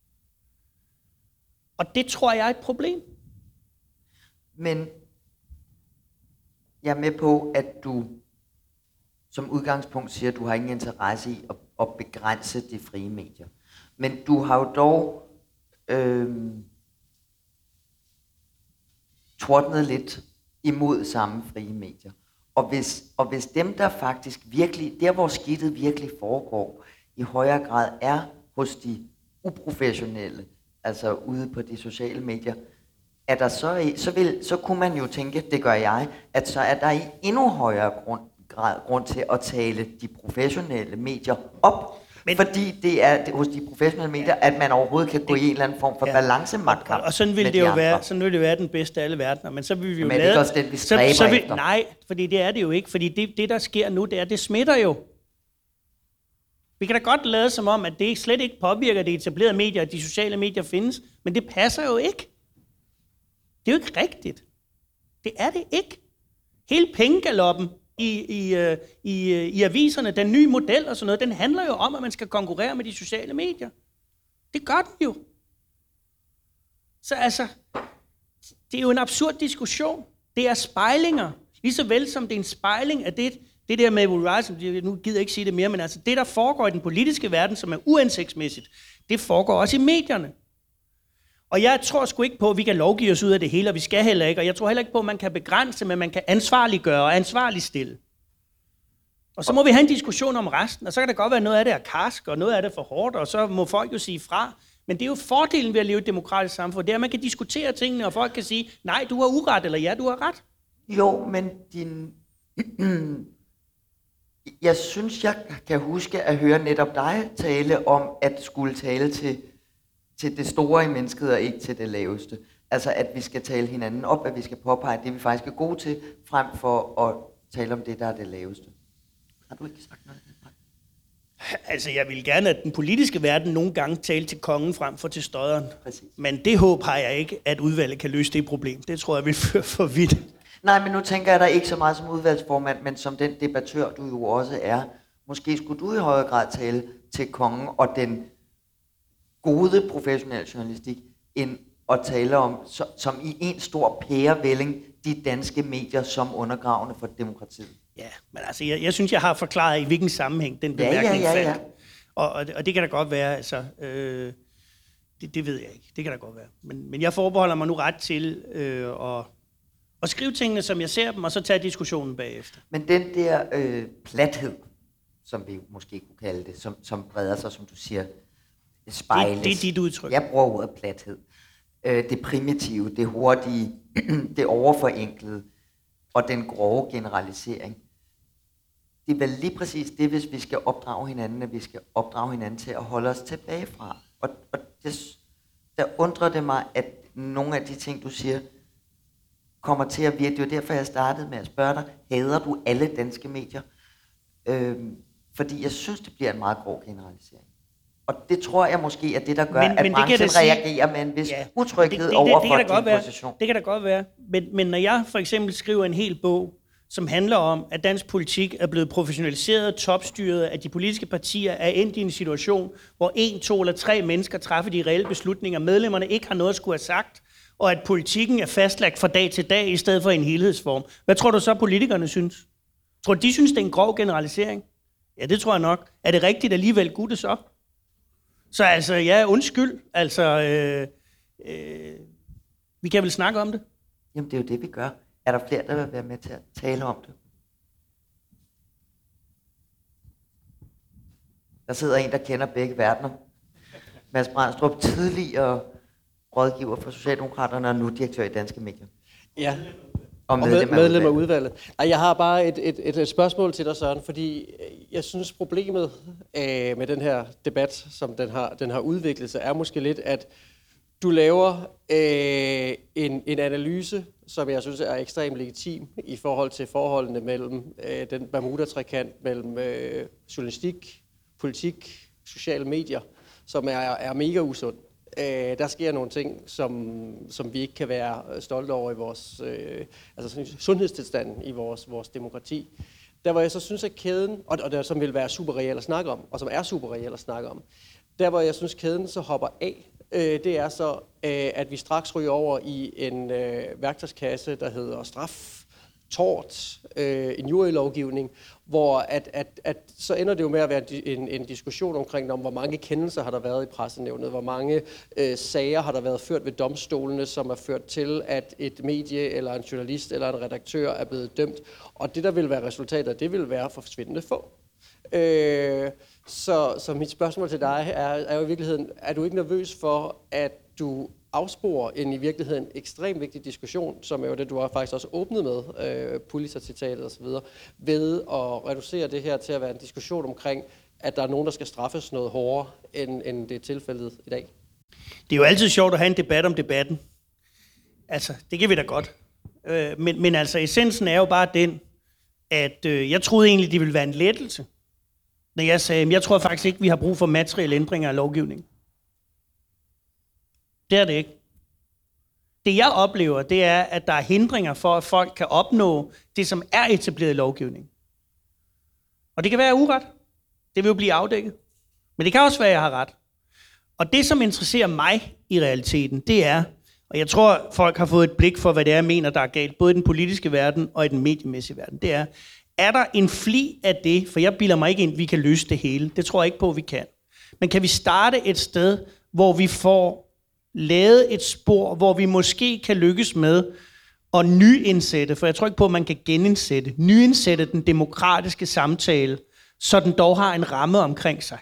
Og det tror jeg er et problem. Men jeg er med på, at du som udgangspunkt siger, at du har ingen interesse i at, at begrænse de frie medier. Men du har jo dog øh, tordnet lidt imod samme frie medier. Og hvis, og hvis dem, der faktisk virkelig, der hvor skidtet virkelig foregår, i højere grad er hos de uprofessionelle, altså ude på de sociale medier, er der så, så, vil, så kunne man jo tænke, det gør jeg, at så er der i endnu højere grund, grad grund til at tale de professionelle medier op. Men, fordi det er det, hos de professionelle medier, at man overhovedet kan gå i en eller anden form for ja. balancemarkkamp. Og, og sådan vil det jo være, sådan vil det være den bedste af alle verdener. Men så vil vi jo men lade, det er også den, vi stræber så, så vil, efter. Nej, fordi det er det jo ikke. Fordi det, det, der sker nu, det er, det smitter jo. Vi kan da godt lade som om, at det slet ikke påvirker de etablerede medier, at de sociale medier findes. Men det passer jo ikke. Det er jo ikke rigtigt. Det er det ikke. Hele pengegaloppen i, i, i, i aviserne, den nye model og sådan noget, den handler jo om, at man skal konkurrere med de sociale medier. Det gør den jo. Så altså, det er jo en absurd diskussion. Det er spejlinger. Lige så vel som det er en spejling af det, det der med Verizon, nu gider jeg ikke sige det mere, men altså det, der foregår i den politiske verden, som er uansigtsmæssigt, det foregår også i medierne. Og jeg tror sgu ikke på, at vi kan lovgive os ud af det hele, og vi skal heller ikke. Og jeg tror heller ikke på, at man kan begrænse, men man kan ansvarliggøre og ansvarligstille. Og så må vi have en diskussion om resten, og så kan det godt være, at noget af det er karsk, og noget af det er for hårdt, og så må folk jo sige fra. Men det er jo fordelen ved at leve i et demokratisk samfund, det er, at man kan diskutere tingene, og folk kan sige, nej, du har uret, eller ja, du har ret. Jo, men din... jeg synes, jeg kan huske at høre netop dig tale om, at skulle tale til... til det store i mennesket, og ikke til det laveste. Altså, at vi skal tale hinanden op, at vi skal påpege det, vi faktisk er gode til, frem for at tale om det, der er det laveste. Har du ikke sagt noget? Altså, jeg vil gerne, at den politiske verden nogle gange tale til kongen frem for til stodderen. Præcis. Men det håb har jeg ikke, at udvalget kan løse det problem. Det tror jeg vil føre for vidt. Nej, men nu tænker jeg der ikke så meget som udvalgsformand, men som den debattør, du jo også er. Måske skulle du i højere grad tale til kongen og den gode professionelle journalistik, end at tale om, så, som i en stor pærevælling, de danske medier som undergravende for demokratiet. Ja, men altså, jeg, jeg synes, jeg har forklaret, i hvilken sammenhæng den bemærkning ja, ja, ja, ja. faldt. Og, og, og det kan da godt være, altså, øh, det, det ved jeg ikke, det kan da godt være. Men, men jeg forbeholder mig nu ret til øh, at, at skrive tingene, som jeg ser dem, og så tage diskussionen bagefter. Men den der øh, plathed, som vi måske kunne kalde det, som, som breder sig, som du siger, spejles. Det, det er dit udtryk. Jeg bruger ordet plathed. Øh, det primitive, det hurtige, det overforenklede og den grove generalisering. Det er vel lige præcis det, hvis vi skal opdrage hinanden, at vi skal opdrage hinanden til at holde os tilbage fra. Og, og det, der undrer det mig, at nogle af de ting, du siger, kommer til at virke. Det er jo derfor, jeg startede med at spørge dig, hader du alle danske medier? Øh, fordi jeg synes, det bliver en meget grov generalisering. Og det tror jeg måske er det, der gør, men, at men branchen sige, reagerer med en vis ja, utryghed det, det, over det, det, det for din position. Det kan da godt være. Men, men når jeg for eksempel skriver en hel bog, som handler om, at dansk politik er blevet professionaliseret, topstyret, at de politiske partier er endt i en situation, hvor en, to eller tre mennesker træffer de reelle beslutninger, medlemmerne ikke har noget at skulle have sagt, og at politikken er fastlagt fra dag til dag, i stedet for en helhedsform. Hvad tror du så, politikerne synes? Tror du, de synes, det er en grov generalisering? Ja, det tror jeg nok. Er det rigtigt alligevel guttes op? Så altså, ja, undskyld. Altså, øh, øh, vi kan vel snakke om det? Jamen, det er jo det, vi gør. Er der flere, der vil være med til at tale om det? Der sidder en, der kender begge verdener. Mads Brandstrup, tidligere rådgiver for Socialdemokraterne og nu direktør i Danske Medier. Ja, og medlem af medlem af udvalget. Ej, jeg har bare et, et, et, et spørgsmål til dig, Søren, fordi jeg synes, problemet øh, med den her debat, som den har, den har udviklet sig, er måske lidt, at du laver øh, en, en analyse, som jeg synes er ekstremt legitim i forhold til forholdene mellem øh, den Bermuda-trekant, mellem øh, journalistik, politik, sociale medier, som er, er mega usund. Øh, der sker nogle ting, som, som vi ikke kan være stolte over i vores øh, altså sundhedstilstanden i vores, vores demokrati. Der hvor jeg så synes, at kæden, og, og der som vil være super reelt at snakke om, og som er super reelt at snakke om, der hvor jeg synes, kæden så hopper af, øh, det er så, øh, at vi straks ryger over i en øh, værktøjskasse, der hedder straf, tort, øh, injurielovgivning, hvor at, at, at, så ender det jo med at være en, en diskussion omkring, om hvor mange kendelser har der været i pressenævnet, hvor mange øh, sager har der været ført ved domstolene, som har ført til, at et medie eller en journalist eller en redaktør er blevet dømt. Og det, der vil være resultatet, det vil være forsvindende få. Øh, så, så mit spørgsmål til dig er, er jo i virkeligheden, er du ikke nervøs for, at du afsporer en i virkeligheden ekstremt vigtig diskussion, som er jo det, du har faktisk også åbnet med, øh, Pulitzer-citatet osv., ved at reducere det her til at være en diskussion omkring, at der er nogen, der skal straffes noget hårdere, end, end det er tilfældet i dag? Det er jo altid sjovt at have en debat om debatten. Altså, det kan vi da godt. Øh, men, men altså, essensen er jo bare den, at øh, jeg troede egentlig, det ville være en lettelse, når jeg sagde, jeg tror faktisk ikke, vi har brug for materielle ændringer af lovgivningen. Det er det ikke. Det jeg oplever, det er, at der er hindringer for, at folk kan opnå det, som er etableret i lovgivningen. Og det kan være uret. Det vil jo blive afdækket. Men det kan også være, at jeg har ret. Og det, som interesserer mig i realiteten, det er, og jeg tror, folk har fået et blik for, hvad det er, jeg mener, der er galt, både i den politiske verden og i den mediemæssige verden, det er, er der en fli af det, for jeg bilder mig ikke ind, at vi kan løse det hele. Det tror jeg ikke på, at vi kan. Men kan vi starte et sted, hvor vi får lavet et spor, hvor vi måske kan lykkes med at nyindsætte, for jeg tror ikke på, at man kan genindsætte, nyindsætte den demokratiske samtale, så den dog har en ramme omkring sig.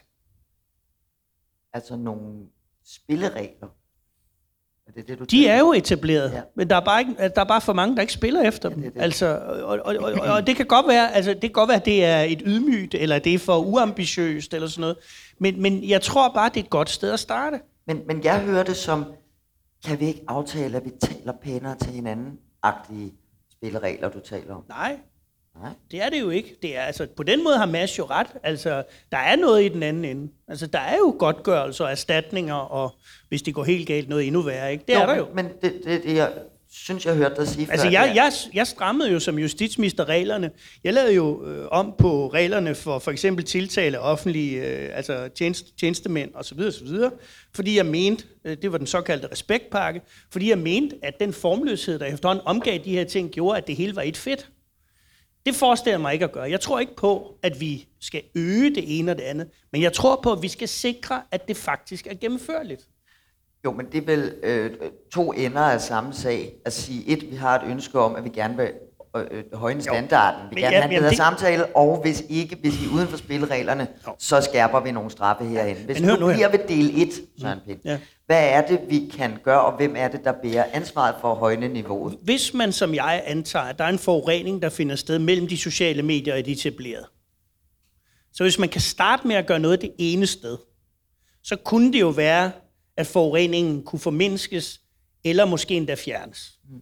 Altså nogle spilleregler. Er det det, du De er jo etableret, ja. Men der er, bare ikke, der er bare for mange, der ikke spiller efter ja, dem. Det det. Altså, og, og, og, og det kan godt være, altså, det kan godt være, at det er et ydmygt, eller det er for uambitiøst, eller sådan noget. Men, men jeg tror bare, det er et godt sted at starte. Men, men jeg hører det som, kan vi ikke aftale, at vi taler pænere til hinanden-agtige spilleregler, du taler om? Nej. Nej. Det er det jo ikke. Det er, altså, på den måde har Mads jo ret. Altså, der er noget i den anden ende. Altså, der er jo godtgørelser og erstatninger, og hvis det går helt galt, noget endnu værre, ikke? Det jo, er der jo. Men det, det, det jeg synes, jeg hørte dig sige altså, før. Jeg, jeg, jeg strammede jo som justitsminister reglerne. Jeg lavede jo øh, om på reglerne for for eksempel tiltale offentlige øh, altså tjenest, tjenestemænd osv. osv., fordi jeg mente, øh, det var den såkaldte respektpakke, fordi jeg mente, at den formløshed, der efterhånden omgav de her ting, gjorde, at det hele var et fedt. Det forestiller mig ikke at gøre. Jeg tror ikke på, at vi skal øge det ene og det andet, men jeg tror på, at vi skal sikre, at det faktisk er gennemførligt. Jo, men det er vel øh, to ender af samme sag. At sige, et, vi har et ønske om, at vi gerne vil øh, højne standarden. Vi vil gerne ja, have en bedre det... samtale, og hvis ikke, hvis vi er uden for spillereglerne, jo. så skærper vi nogle straffe herhen. Hvis men hør, nu bliver ved del et, Søren Pind, ja. hvad er det, vi kan gøre, og hvem er det, der bærer ansvaret for at højne niveauet? Hvis man, som jeg antager, at der er en forurening, der finder sted mellem de sociale medier og de etablerede, så hvis man kan starte med at gøre noget det ene sted, så kunne det jo være, at forureningen kunne formindskes, eller måske endda fjernes. Hmm.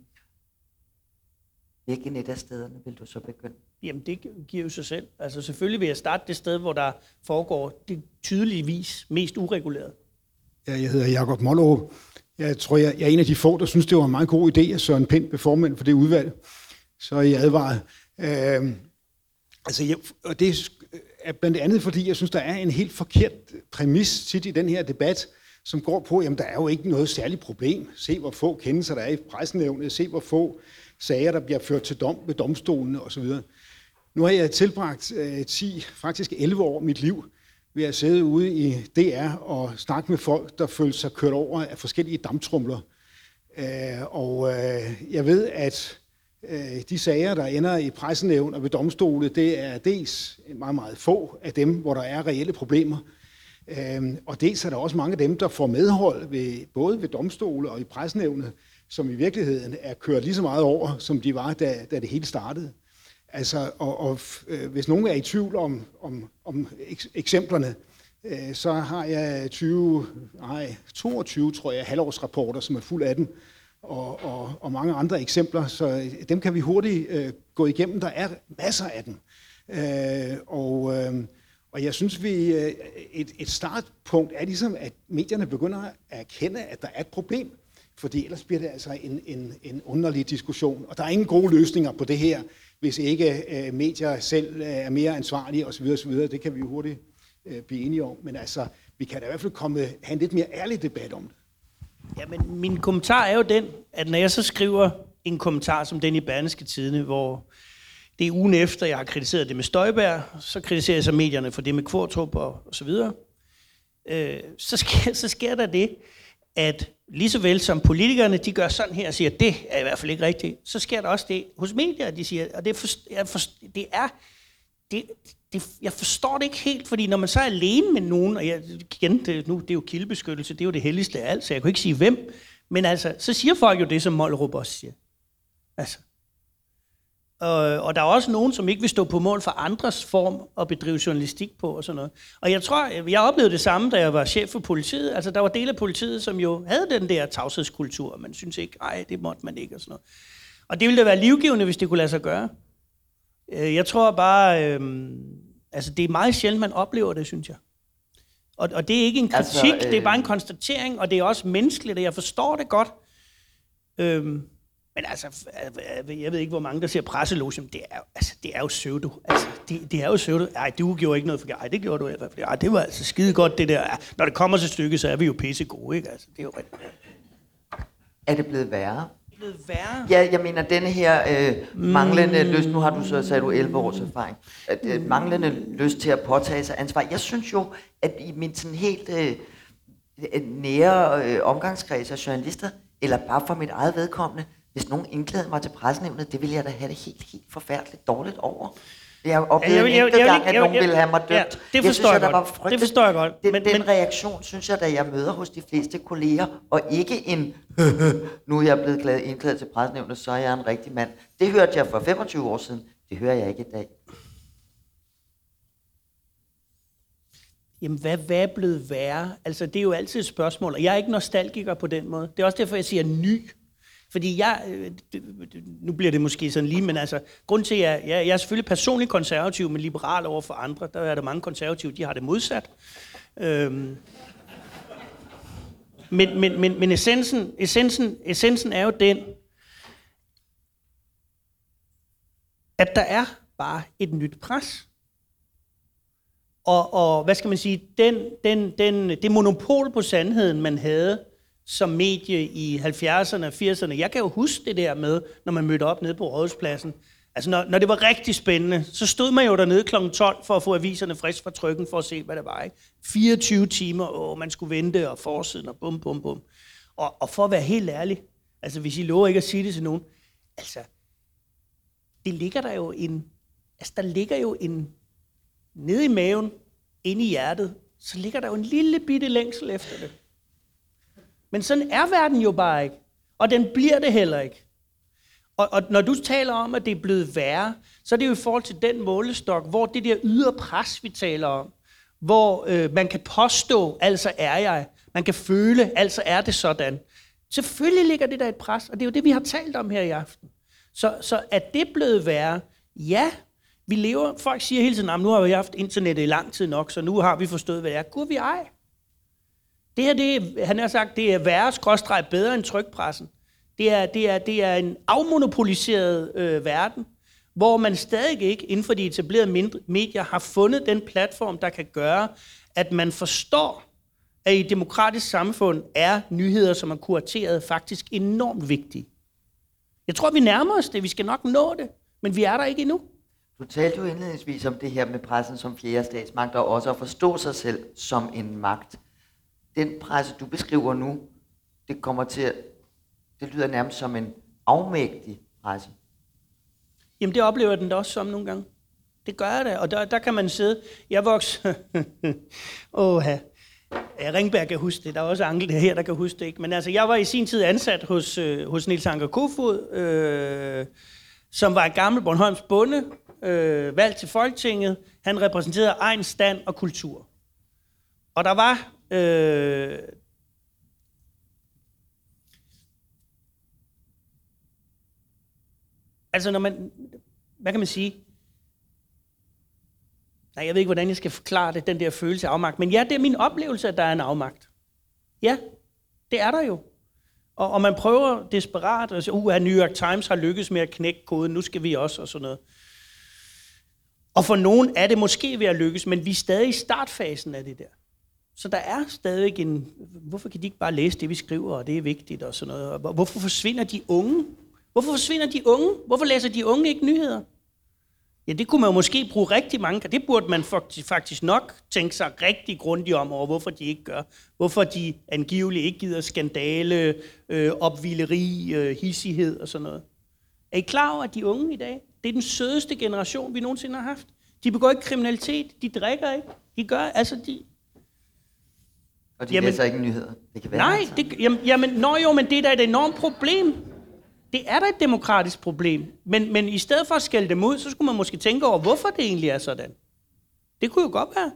Hvilken et af stederne vil du så begynde? Jamen, det giver jo sig selv. Altså, selvfølgelig vil jeg starte det sted, hvor der foregår det tydeligvis mest ureguleret. Ja, jeg hedder Jakob Mollerup. Jeg tror, jeg, jeg er en af de få, der synes, det var en meget god idé, at Søren Pind blev formand for det udvalg. Så er jeg advaret. Øh, altså, jeg, og det er blandt andet, fordi jeg synes, der er en helt forkert præmis tit i den her debat, som går på, jamen der er jo ikke noget særligt problem. Se, hvor få kendelser der er i pressenævnet. Se, hvor få sager, der bliver ført til dom ved domstolene osv. Nu har jeg tilbragt øh, ti, faktisk elleve år af mit liv ved at sidde ude i D R og snakke med folk, der følte sig kørt over af forskellige damptrumler. Øh, og øh, jeg ved, at øh, de sager, der ender i pressenævn og ved domstole, det er dels meget, meget få af dem, hvor der er reelle problemer. Øhm, og dels er der også mange af dem, der får medhold ved, både ved domstole og i pressenævnet, som i virkeligheden er kørt lige så meget over, som de var, da, da det hele startede. Altså, og, og øh, hvis nogen er i tvivl om, om, om eks- eksemplerne, øh, så har jeg tyve, nej, toogtyve, tror jeg, halvårsrapporter, som er fuld af dem, og, og, og mange andre eksempler, så dem kan vi hurtigt øh, gå igennem. Der er masser af dem. Øh, og... Øh, Og jeg synes, vi et, et startpunkt er ligesom, at medierne begynder at erkende, at der er et problem. Fordi ellers bliver det altså en, en, en underlig diskussion. Og der er ingen gode løsninger på det her, hvis ikke uh, medier selv uh, er mere ansvarlige osv. osv. Det kan vi jo hurtigt uh, blive enige om. Men altså, vi kan da i hvert fald komme, have en lidt mere ærlig debat om det. Ja, men min kommentar er jo den, at når jeg så skriver en kommentar som den i Berlingske Tidende, hvor det er ugen efter, jeg har kritiseret det med Støjberg, så kritiserer jeg så medierne for det med Kvartrup og, og så videre. Øh, så, sker, så sker der det, at lige så vel som politikerne, de gør sådan her og siger, at det er i hvert fald ikke rigtigt, så sker der også det hos medier, de siger, og det, for, jeg for, det er, det, det, jeg forstår det ikke helt, fordi når man så er alene med nogen, og jeg, igen, det, nu, det er jo kildebeskyttelse, det er jo det helligste af alt, så jeg kunne ikke sige hvem, men altså, så siger folk jo det, som Mollerup også siger. Altså. Og, og der er også nogen, som ikke vil stå på mål for andres form og bedrive journalistik på og sådan noget. Og jeg tror, jeg oplevede det samme, da jeg var chef for politiet. Altså, der var dele af politiet, som jo havde den der tavshedskultur. Man synes ikke, ej, det måtte man ikke og sådan noget. Og det ville da være livgivende, hvis det kunne lade sig gøre. Jeg tror bare, øh, altså det er meget sjældent, man oplever det, synes jeg. Og, og det er ikke en kritik, altså, øh... det er bare en konstatering, og det er også menneskeligt, og jeg forstår det godt. Øh, Men altså, jeg ved ikke, hvor mange, der ser presselogen. Det er, altså, det er jo pseudo. Altså, det, det er jo pseudo. Ej, du gjorde ikke noget for Ej, det gjorde du i hvert fald. Ej, det var altså skide godt, det der. Når det kommer til stykket, så er vi jo pisse gode, ikke? Altså, det er jo rigtigt. Er det blevet værre? Det er blevet værre? Ja, jeg mener, denne her øh, manglende mm. lyst, nu har du så sagt, du elleve års erfaring, at, øh, manglende lyst til at påtage sig ansvar. Jeg synes jo, at i min sådan helt øh, nære øh, omgangskreds af journalister, eller bare for mit eget vedkommende, hvis nogen indklædede mig til pressenævnet, det ville jeg da have det helt, helt forfærdeligt dårligt over. Jeg har oplevet ja, jeg, en enkelt gang, at nogen ville have mig dømt. Ja, det forstår jeg, jeg godt. Det forstår jeg godt. Den, men, den men... reaktion, synes jeg, da jeg møder hos de fleste kolleger, og ikke en, nu er jeg blevet glad, indklædet til pressenævnet, så er jeg en rigtig mand. Det hørte jeg for femogtyve år siden. Det hører jeg ikke i dag. Jamen, hvad, hvad er blevet værre? Altså, det er jo altid et spørgsmål, og jeg er ikke nostalgiker på den måde. Det er også derfor, jeg siger ny. Fordi jeg, nu bliver det måske sådan lige, men altså, grund til, at jeg, jeg, jeg er selvfølgelig personligt konservativ, men liberal over for andre. Der er der mange konservative, de har det modsat. Øhm. Men, men, men, men essensen, essensen, essensen er jo den, at der er bare et nyt pres. Og, og hvad skal man sige, den, den, den, det monopol på sandheden, man havde som medie i halvfjerdserne og firserne. Jeg kan jo huske det der med, når man mødte op nede på Rådhuspladsen. Altså, når, når det var rigtig spændende, så stod man jo dernede klokken tolv for at få aviserne frisk fra trykken for at se, hvad det var. Ikke? fireogtyve timer, åh, man skulle vente, og forsiden, og bum, bum, bum. Og, og for at være helt ærlig, altså hvis I lover ikke at sige det til nogen, altså, det ligger der jo en, altså der ligger jo en, nede i maven, inde i hjertet, så ligger der jo en lille bitte længsel efter det. Men sådan er verden jo bare ikke. Og den bliver det heller ikke. Og, og når du taler om, at det er blevet værre, så er det jo i forhold til den målestok, hvor det der ydre pres, vi taler om, hvor øh, man kan påstå, altså er jeg, man kan føle, altså er det sådan. Selvfølgelig ligger det der et pres, og det er jo det, vi har talt om her i aften. Så, så er det blevet værre? Ja, vi lever, folk siger hele tiden, nu har vi haft internettet i lang tid nok, så nu har vi forstået, hvad det er. Gud, vi ej. Det her, det er, han har sagt, det er værre skråstreg bedre end trykpressen. Det er, det er, det er en afmonopoliseret øh, verden, hvor man stadig ikke inden for de etablerede medier har fundet den platform, der kan gøre, at man forstår, at i et demokratisk samfund er nyheder, som er kurateret, faktisk enormt vigtige. Jeg tror, vi nærmer os det. Vi skal nok nå det, men vi er der ikke endnu. Du talte jo indledningsvis om det her med pressen som fjerde statsmagt, og også at forstå sig selv som en magt. Den presse, du beskriver nu, det kommer til at, det lyder nærmest som en afmægtig presse. Jamen, det oplever den da også som nogle gange. Det gør jeg da, og der, der kan man sidde. Jeg voksede... Åh, ja. Ringberg kan huske det. Der er også Ankel der her, der kan huske det, ikke? Men altså, jeg var i sin tid ansat hos, øh, hos Niels Anker Kofoed, øh, som var en gammel Bornholms bonde, øh, valgt til Folketinget. Han repræsenterede egen stand og kultur. Og der var... Øh, altså, når man... Hvad kan man sige? Nej, jeg ved ikke, hvordan jeg skal forklare det, den der følelse af afmagt. Men ja, det er min oplevelse, at der er en afmagt. Ja, det er der jo. Og, og man prøver desperat at sige, uh, New York Times har lykkes med at knække koden, nu skal vi også, og sådan noget. Og for nogen er det måske ved at lykkes, men vi er stadig i startfasen af det der. Så der er stadig en... Hvorfor kan de ikke bare læse det, vi skriver, og det er vigtigt, og sådan noget. Og hvorfor forsvinder de unge Hvorfor forsvinder de unge? Hvorfor læser de unge ikke nyheder? Ja, det kunne man jo måske bruge rigtig mange. Det burde man faktisk nok tænke sig rigtig grundigt om over, hvorfor de ikke gør. Hvorfor de angiveligt ikke gider skandale, øh, opvilleri, øh, hissighed og sådan noget. Er I klar over, at de unge i dag, det er den sødeste generation, vi nogensinde har haft? De begår ikke kriminalitet, de drikker ikke, de gør, altså de... Og de jamen, læser ikke nyheder. Det kan være nej, det, jamen, jamen, nå jo, men det er da et enormt problem. Det er da et demokratisk problem. Men, men i stedet for at skælde dem ud, så skulle man måske tænke over, hvorfor det egentlig er sådan. Det kunne jo godt være.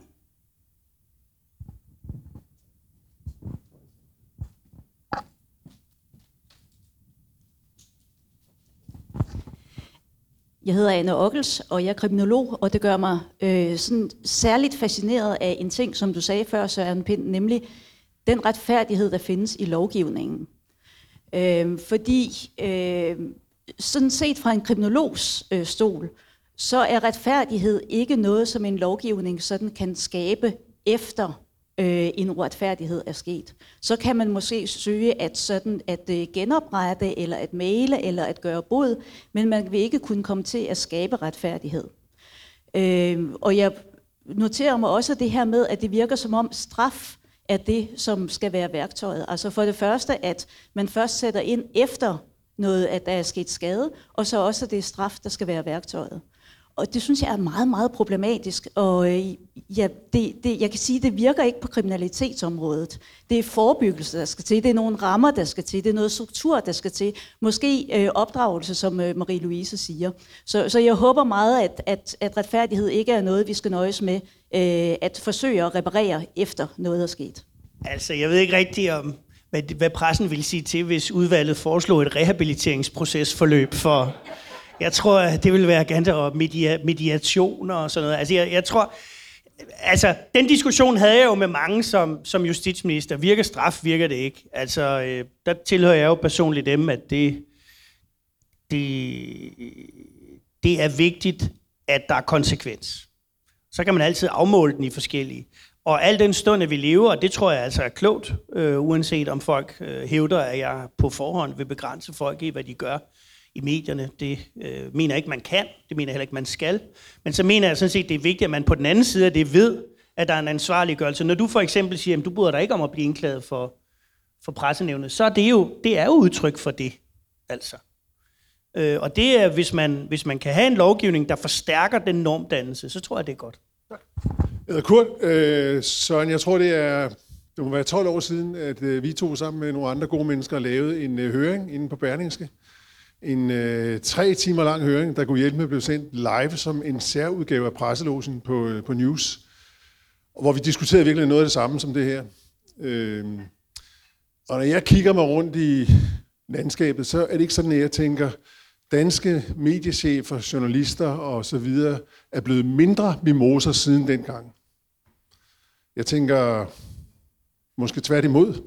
Jeg hedder Anne Ockels, og jeg er kriminolog, og det gør mig øh, sådan særligt fascineret af en ting, som du sagde før, Søren Pind, nemlig den retfærdighed, der findes i lovgivningen. Øh, fordi øh, sådan set fra en kriminologs øh, stol, så er retfærdighed ikke noget, som en lovgivning sådan kan skabe efter øh, en uretfærdighed er sket. Så kan man måske søge at, sådan, at øh, genoprette, eller at mægle, eller at gøre bod, men man vil ikke kunne komme til at skabe retfærdighed. Øh, og jeg noterer mig også det her med, at det virker som om straf er det, som skal være værktøjet. Altså for det første, at man først sætter ind efter noget, at der er sket skade, og så også, at det er straf, der skal være værktøjet. Og det synes jeg er meget, meget problematisk. Og ja, det, det, jeg kan sige, at det virker ikke på kriminalitetsområdet. Det er forebyggelse, der skal til. Det er nogle rammer, der skal til. Det er noget struktur, der skal til. Måske øh, opdragelse, som øh, Marie-Louise siger. Så, så jeg håber meget, at, at, at retfærdighed ikke er noget, vi skal nøjes med øh, at forsøge at reparere efter noget er sket. Altså, jeg ved ikke rigtigt om, hvad, hvad pressen vil sige til, hvis udvalget foreslår et rehabiliteringsprocesforløb for... Jeg tror, det vil være ganske og media, mediationer og sådan noget. Altså, jeg, jeg tror... Altså, den diskussion havde jeg jo med mange som, som justitsminister. Virker straf, virker det ikke? Altså, øh, der tilhører jeg jo personligt dem, at det, det, det er vigtigt, at der er konsekvens. Så kan man altid afmåle den i forskellige. Og al den stund, at vi lever, og det tror jeg altså er klogt, øh, uanset om folk øh, hævder, at jeg på forhånd vil begrænse folk i, hvad de gør i medierne. Det øh, mener jeg ikke, man kan. Det mener jeg heller ikke, man skal. Men så mener jeg sådan set, det er vigtigt, at man på den anden side af det ved, at der er en ansvarliggørelse. Når du for eksempel siger, at du bryder dig ikke om at blive indklaget for, for pressenævnet, så er det jo, det er jo udtryk for det. Altså. Øh, og det er, hvis man, hvis man kan have en lovgivning, der forstærker den normdannelse, så tror jeg, det er godt. Jeg hedder Kurt. Øh, Søren, jeg tror, det er det må være tolv år siden, at øh, vi to sammen med nogle andre gode mennesker lavede en øh, høring inde på Berlingske. En øh, tre timer lang høring, der kunne hjælpe med at blive sendt live som en særudgave af Presselogen på, øh, på News. Hvor vi diskuterede virkelig noget af det samme som det her. Øh, og når jeg kigger mig rundt i landskabet, så er det ikke sådan, at jeg tænker, danske mediechefer, journalister og så videre er blevet mindre mimoser siden dengang. Jeg tænker måske tværtimod.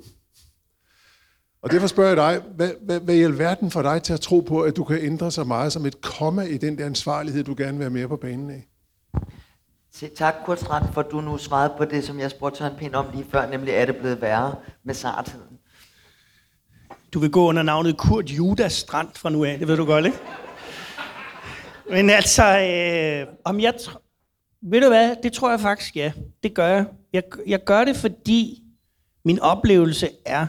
Og derfor spørger jeg dig, hvad, hvad, hvad i alverden får dig til at tro på, at du kan ændre så meget som et komma i den der ansvarlighed, du gerne vil være mere på banen af? Tak, Kurt Strand, for du nu svarede på det, som jeg spurgte Søren Pind om lige før, nemlig er det blevet værre med sartheden? Du vil gå under navnet Kurt Judas Strand fra nu af, det ved du godt, ikke? Men altså, øh, om jeg... Tr- ved du hvad, det tror jeg faktisk, ja. Det gør jeg. jeg. Jeg gør det, fordi min oplevelse er,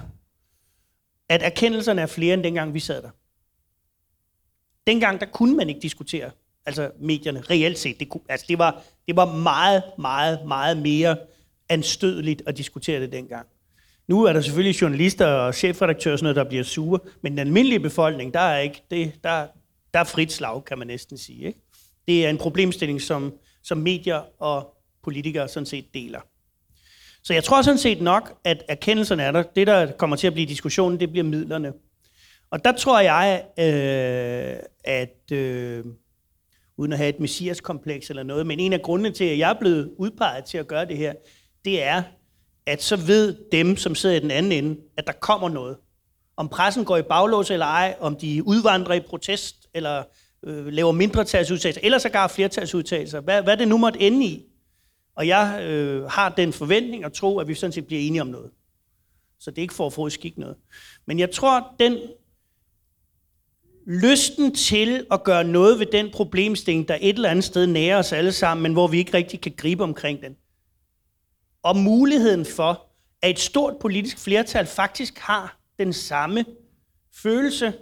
at erkendelserne er flere end dengang, vi sad der. Dengang, der kunne man ikke diskutere, altså medierne, reelt set. Det, kunne, altså det, var, det var meget, meget, meget mere anstødeligt at diskutere det dengang. Nu er der selvfølgelig journalister og chefredaktører og sådan noget, der bliver sure, men den almindelige befolkning, der er ikke det, der, der er frit slag, kan man næsten sige. Ikke? Det er en problemstilling, som, som medier og politikere sådan set deler. Så jeg tror sådan set nok, at erkendelserne er der. Det, der kommer til at blive diskussionen, det bliver midlerne. Og der tror jeg, øh, at øh, uden at have et messiaskompleks eller noget, men en af grundene til, at jeg er blevet udpeget til at gøre det her, det er, at så ved dem, som sidder i den anden ende, at der kommer noget. Om pressen går i baglås eller ej, om de udvandrer i protest, eller øh, laver mindretalsudtalelser, eller sågar flertalsudtalelser, hvad, hvad det nu måtte ende i. Og jeg øh, har den forventning og tro, at vi sådan set bliver enige om noget. Så det er ikke for at få skik noget. Men jeg tror, den lysten til at gøre noget ved den problemstilling, der et eller andet sted nærer os alle sammen, men hvor vi ikke rigtig kan gribe omkring den. Og muligheden for, at et stort politisk flertal faktisk har den samme følelse,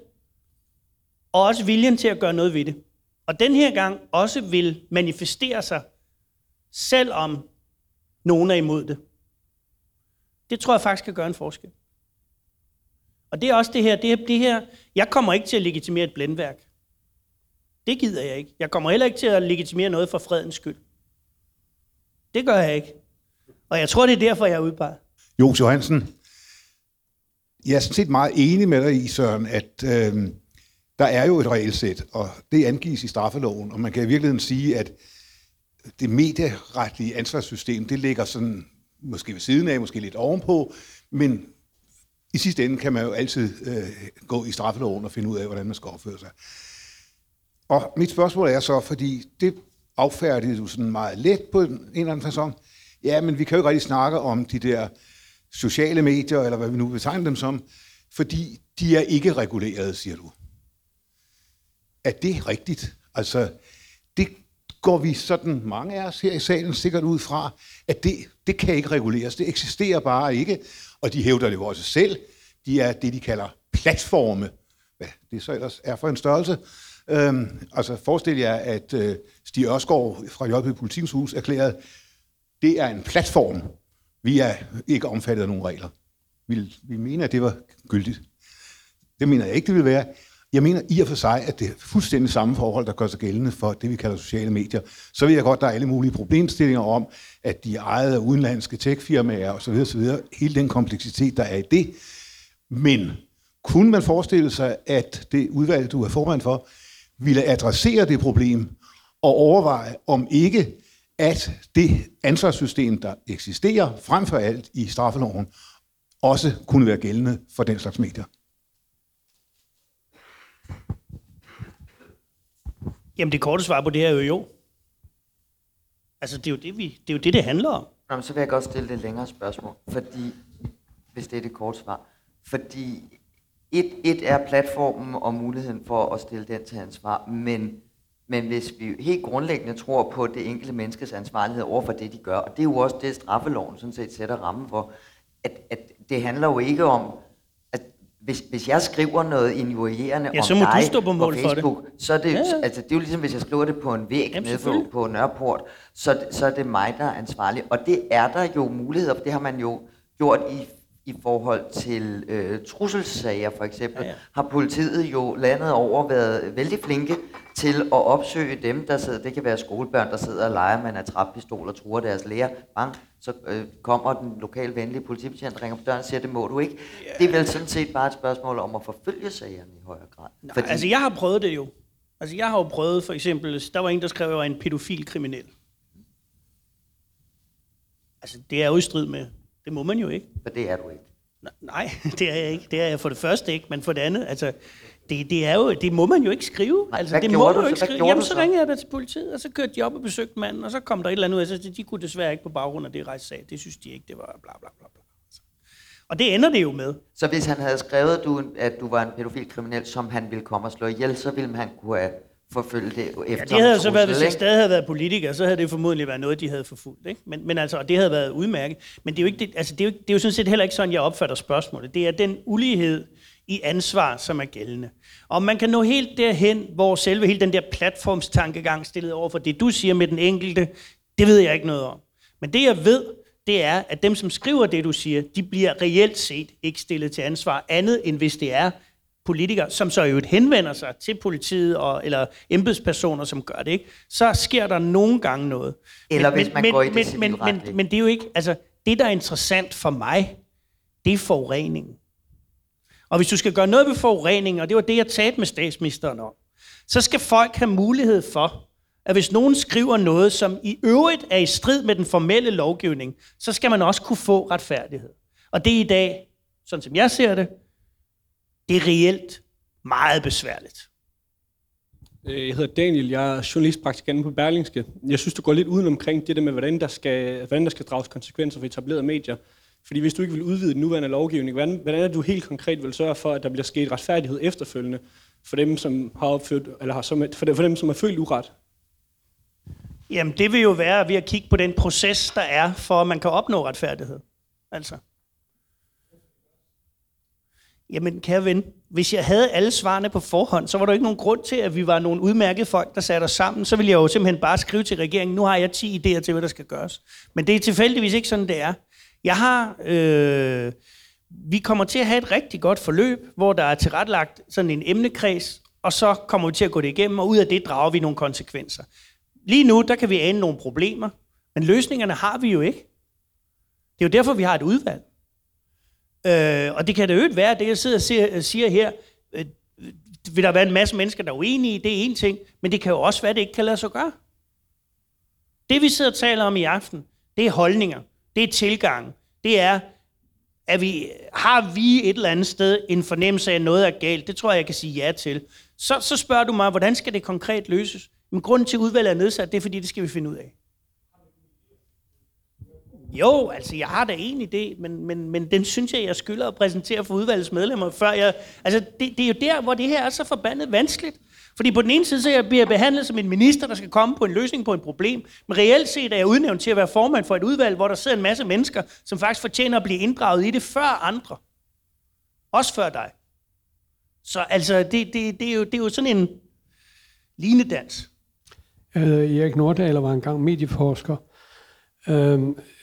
og også viljen til at gøre noget ved det. Og den her gang også vil manifestere sig, selvom nogen er imod det. Det tror jeg faktisk kan gøre en forskel. Og det er også det her, det her, det her, jeg kommer ikke til at legitimere et blændværk. Det gider jeg ikke. Jeg kommer heller ikke til at legitimere noget for fredens skyld. Det gør jeg ikke. Og jeg tror, det er derfor, jeg er udpeget. Johs Johansen, jeg er sådan set meget enig med dig i, Søren, at øh, der er jo et regelsæt, og det angives i straffeloven, og man kan i virkeligheden sige, at det medieretlige ansvarssystem, det ligger sådan måske ved siden af, måske lidt ovenpå, men i sidste ende kan man jo altid øh, gå i straffeloven og finde ud af, hvordan man skal opføre sig. Og mit spørgsmål er så, fordi det affærdigede du sådan meget let på en eller anden facon. Ja, men vi kan jo ikke rigtig snakke om de der sociale medier, eller hvad vi nu betegner dem som, fordi de er ikke reguleret, siger du. Er det rigtigt? Altså, det går vi sådan mange af os her i salen sikkert ud fra, at det, det kan ikke reguleres. Det eksisterer bare ikke, og de hævder det jo også selv. De er det, de kalder platforme. Hvad det så ellers er for en størrelse. Øhm, altså forestil jer, at øh, Stig Ørskov fra J P Politikens Hus erklærede, det er en platform. Vi er ikke omfattet af nogen regler. Vi, vi mener, at det var gyldigt. Det mener jeg ikke, det vil være. Jeg mener i og for sig, at det er fuldstændig samme forhold, der gør sig gældende for det, vi kalder sociale medier. Så ved jeg godt, der er alle mulige problemstillinger om, at de er ejet af udenlandske techfirmaer osv. osv. Hele den kompleksitet, der er i det. Men kunne man forestille sig, at det udvalg, du er formand for, ville adressere det problem og overveje, om ikke at det ansvarssystem, der eksisterer frem for alt i straffeloven, også kunne være gældende for den slags medier? Jamen det korte svar på det her er jo jo. Altså det er jo det, vi, det, er jo det, det handler om. Nå, så vil jeg godt stille det længere spørgsmål, fordi, hvis det er det korte svar. Fordi et, et er platformen og muligheden for at stille den til ansvar, men, men hvis vi helt grundlæggende tror på det enkelte menneskes ansvarlighed over for det, de gør, og det er jo også det, straffeloven sådan set sætter rammen for, at, at det handler jo ikke om, at hvis, hvis jeg skriver noget injurierende ja, om så må dig du stå på mål på Facebook, for det. så er det, ja, ja. altså, det er jo ligesom, hvis jeg skriver det på en væg Jamen, nede på, på Nørreport, så, så er det mig, der er ansvarlig. Og det er der jo muligheder for, det har man jo gjort i i forhold til øh, trusselssager for eksempel, ja, ja. Har politiet jo landet over været vældig flinke til at opsøge dem, der sidder, det kan være skolebørn, der sidder og leger med en attrappistol og truer deres lærer. Bang, så øh, kommer den lokale venlige politibetjent, ringer på døren og siger, det må du ikke. Ja. Det er vel sådan set bare et spørgsmål om at forfølge sagerne i højere grad. Nej, Fordi... altså jeg har prøvet det jo. Altså jeg har jo prøvet for eksempel, der var en, der skrev, at jeg var en pædofil kriminel. Altså det er jo i strid med. Det må man jo ikke. For det er du ikke. Nej, det er jeg ikke. Det er jeg for det første ikke, men for det andet, altså, det, det er jo, det må man jo ikke skrive. Nej, altså, hvad det gjorde må du jo ikke så? skrive. Hvad Jamen, så? så ringede jeg der til politiet, og så kørte de op og besøgte manden, og så kom der et eller andet ud af, så de kunne desværre ikke på baggrund af det rejse sag. Det synes de ikke, det var bla bla bla bla. Og det ender det jo med. Så hvis han havde skrevet, du, at du var en pædofil kriminel, som han ville komme og slå ihjel, så ville han kunne have forfølge det efter. Ja, det havde så været, hvis jeg stadig havde været politiker, så havde det formodentlig været noget, de havde forfulgt, ikke? Men, men altså, og det havde været udmærket. Men det er jo ikke det, altså det er jo, det er jo sådan set heller ikke sådan, jeg opfatter spørgsmålet. Det er den ulighed i ansvar, som er gældende. Og man kan nå helt derhen, hvor selve hele den der platformstankegang stillet over for det, du siger med den enkelte, det ved jeg ikke noget om. Men det jeg ved, det er, at dem, som skriver det, du siger, de bliver reelt set ikke stillet til ansvar, andet end hvis det er politikere, som så jo henvender sig til politiet og, eller embedspersoner, som gør det, ikke? Så sker der nogle gange noget. Eller men, hvis man men, går i det men, civilretlige. men, men det er jo ikke, altså, det der er interessant for mig, det er forureningen. Og hvis du skal gøre noget ved forureningen, og det var det, jeg talte med statsministeren om, så skal folk have mulighed for, at hvis nogen skriver noget, som i øvrigt er i strid med den formelle lovgivning, så skal man også kunne få retfærdighed. Og det er i dag, sådan som jeg ser det, det er reelt meget besværligt. Jeg hedder Daniel, jeg er journalistpraktikant på Berlingske. Jeg synes, du går lidt uden omkring det der med, hvordan der skal, hvordan der skal drages konsekvenser for etablerede medier. Fordi hvis du ikke vil udvide den nuværende lovgivning, hvordan, hvordan er du helt konkret vil sørge for, at der bliver sket retfærdighed efterfølgende? for dem, som har opført, eller har, som, for, dem, for dem, som har følt uret? Jamen, det vil jo være ved at kigge på den proces, der er, for at man kan opnå retfærdighed. Altså. Jamen, kære ven, hvis jeg havde alle svarene på forhånd, så var der ikke nogen grund til, at vi var nogle udmærkede folk, der satte os sammen. Så ville jeg jo simpelthen bare skrive til regeringen, nu har jeg ti idéer til, hvad der skal gøres. Men det er tilfældigvis ikke sådan, det er. Jeg har... Øh, vi kommer til at have et rigtig godt forløb, hvor der er tilrettelagt sådan en emnekreds, og så kommer vi til at gå det igennem, og ud af det drager vi nogle konsekvenser. Lige nu, der kan vi ane nogle problemer, men løsningerne har vi jo ikke. Det er jo derfor, vi har et udvalg. Øh, og det kan da jo ikke være, det jeg sidder og siger, siger her, øh, vil der være en masse mennesker, der er uenige, det er en ting, men det kan jo også være, det ikke kan lade sig gøre. Det vi sidder og taler om i aften, det er holdninger, det er tilgang, det er, at vi, har vi et eller andet sted en fornemmelse af, at noget er galt, det tror jeg, jeg kan sige ja til. Så, så spørger du mig, hvordan skal det konkret løses? Men grunden til, at udvalget er nedsat, det er, fordi det skal vi finde ud af. Jo, altså jeg har da en idé, men, men, men den synes jeg, jeg skylder at præsentere for udvalgets medlemmer, før jeg... Altså det, det er jo der, hvor det her er så forbandet vanskeligt. Fordi på den ene side, så jeg bliver behandlet som en minister, der skal komme på en løsning på et problem, men reelt set er jeg udnævnt til at være formand for et udvalg, hvor der sidder en masse mennesker, som faktisk fortjener at blive inddraget i det før andre. Også før dig. Så altså, det, det, det, er, jo, det er jo sådan en linedans. Øh, Erik Nordahl var engang medieforsker. Øh,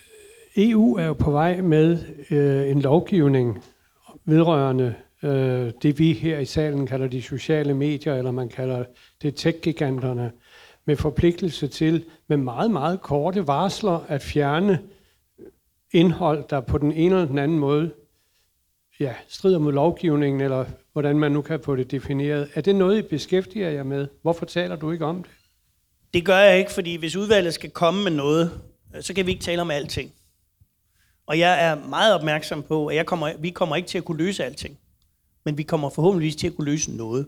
E U er jo på vej med øh, en lovgivning vedrørende øh, det, vi her i salen kalder de sociale medier, eller man kalder det tech-giganterne, med forpligtelse til med meget, meget korte varsler at fjerne indhold, der på den ene eller den anden måde ja, strider mod lovgivningen, eller hvordan man nu kan få det defineret. Er det noget, I beskæftiger jer med? Hvorfor taler du ikke om det? Det gør jeg ikke, fordi hvis udvalget skal komme med noget, så kan vi ikke tale om alting. Og jeg er meget opmærksom på, at jeg kommer, vi kommer ikke til at kunne løse alting. Men vi kommer forhåbentligvis til at kunne løse noget.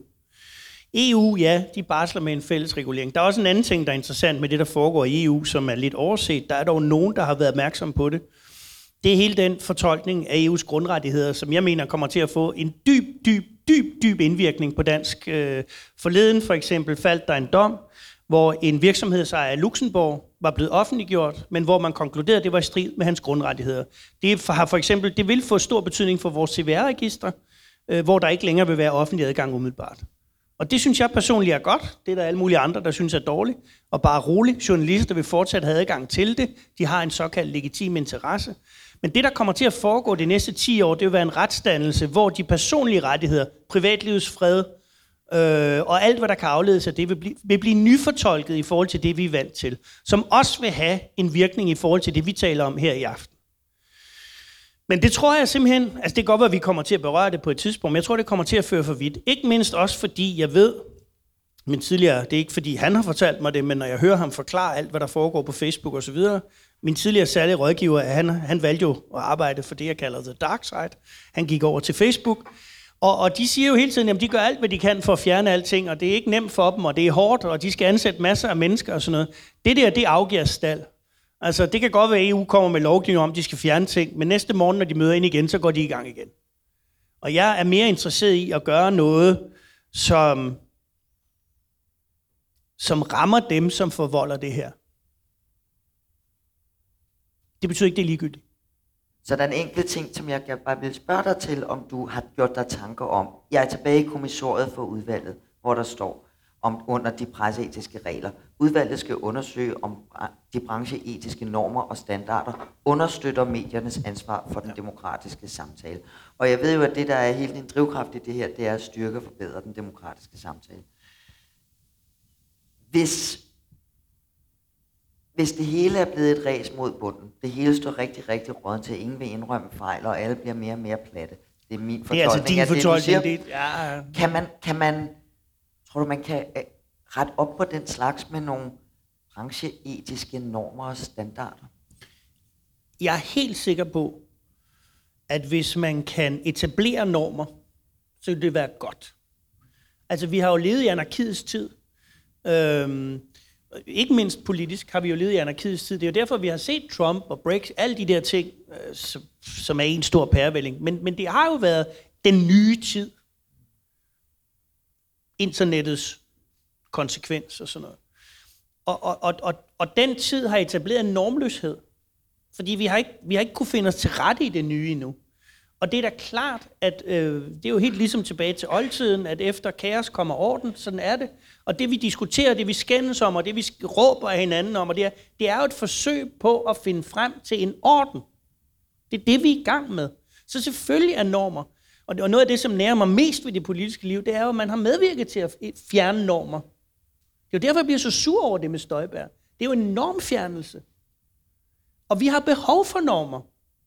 E U, ja, de barsler med en fælles regulering. Der er også en anden ting, der er interessant med det, der foregår i E U, som er lidt overset. Der er dog nogen, der har været opmærksom på det. Det er hele den fortolkning af E U's grundrettigheder, som jeg mener kommer til at få en dyb, dyb, dyb, dyb indvirkning på dansk. Forleden for eksempel faldt der en dom, hvor en virksomhedsejer i Luxembourg var blevet offentliggjort, men hvor man konkluderede, at det var i strid med hans grundrettigheder. Det har for eksempel, det vil få stor betydning for vores C V R-register, hvor der ikke længere vil være offentlig adgang umiddelbart. Og det synes jeg personligt er godt. Det er der alle mulige andre, der synes er dårligt. Og bare roligt, journalister vil fortsat have adgang til det. De har en såkaldt legitim interesse. Men det, der kommer til at foregå de næste ti år, det vil være en retsdannelse, hvor de personlige rettigheder, privatlivets fred, Øh, og alt, hvad der kan afledes af det, vil blive, vil blive nyfortolket i forhold til det, vi er vant til. Som også vil have en virkning i forhold til det, vi taler om her i aften. Men det tror jeg simpelthen, altså det kan godt være, at vi kommer til at berøre det på et tidspunkt, men jeg tror, det kommer til at føre for vidt. Ikke mindst også fordi jeg ved, min tidligere, det er ikke fordi han har fortalt mig det, men når jeg hører ham forklare alt, hvad der foregår på Facebook og så videre, min tidligere særlige rådgiver, han, han valgte jo at arbejde for det, jeg kalder the dark side. Han gik over til Facebook. Og, og de siger jo hele tiden, at de gør alt, hvad de kan for at fjerne alting, og det er ikke nemt for dem, og det er hårdt, og de skal ansætte masser af mennesker og sådan noget. Det der, det afgiver stald. Altså, det kan godt være, at E U kommer med lovgivning om, at de skal fjerne ting, men næste morgen, når de møder ind igen, så går de i gang igen. Og jeg er mere interesseret i at gøre noget, som, som rammer dem, som forvolder det her. Det betyder ikke, det er ligegyldigt. Så der er en enkelt ting, som jeg bare vil spørge dig til, om du har gjort dig tanker om. Jeg er tilbage i kommissoriet for udvalget, hvor der står om under de presseetiske regler. Udvalget skal undersøge, om de brancheetiske normer og standarder understøtter mediernes ansvar for den demokratiske samtale. Og jeg ved jo, at det, der er hele din drivkraft i det her, det er at styrke og forbedre den demokratiske samtale. Hvis... Hvis det hele er blevet et ræs mod bunden, det hele står rigtig, rigtig rådent til, ingen vil indrømme fejl, og alle bliver mere og mere platte. Det er min fortolkning. Det er altså din fortolkning. Det, ja. Kan man, kan man, tror du, man kan rette op på den slags med nogle brancheetiske normer og standarder? Jeg er helt sikker på, at hvis man kan etablere normer, så vil det være godt. Altså, vi har jo levet i anarkiets tid. Øhm, Ikke mindst politisk har vi jo levet i anarkiets tid. Det er jo derfor, vi har set Trump og Brexit, alle de der ting, øh, som, som er en stor pærevælling. Men, men det har jo været den nye tid. internettets konsekvens og sådan noget. Og, og, og, og, og den tid har etableret en normløshed, fordi vi har ikke, vi har ikke kunne finde os til rette i det nye endnu. Og det er da klart, at øh, det er jo helt ligesom tilbage til oldtiden, at efter kaos kommer orden, sådan er det. Og det vi diskuterer, det vi skændes om, og det vi råber af hinanden om, og det er, det er jo et forsøg på at finde frem til en orden. Det er det, vi er i gang med. Så selvfølgelig er normer. Og noget af det, som nærer mig mest ved det politiske liv, det er jo, at man har medvirket til at fjerne normer. Det er jo derfor, jeg bliver så sur over det med Støjberg. Det er jo en normfjernelse. Og vi har behov for normer.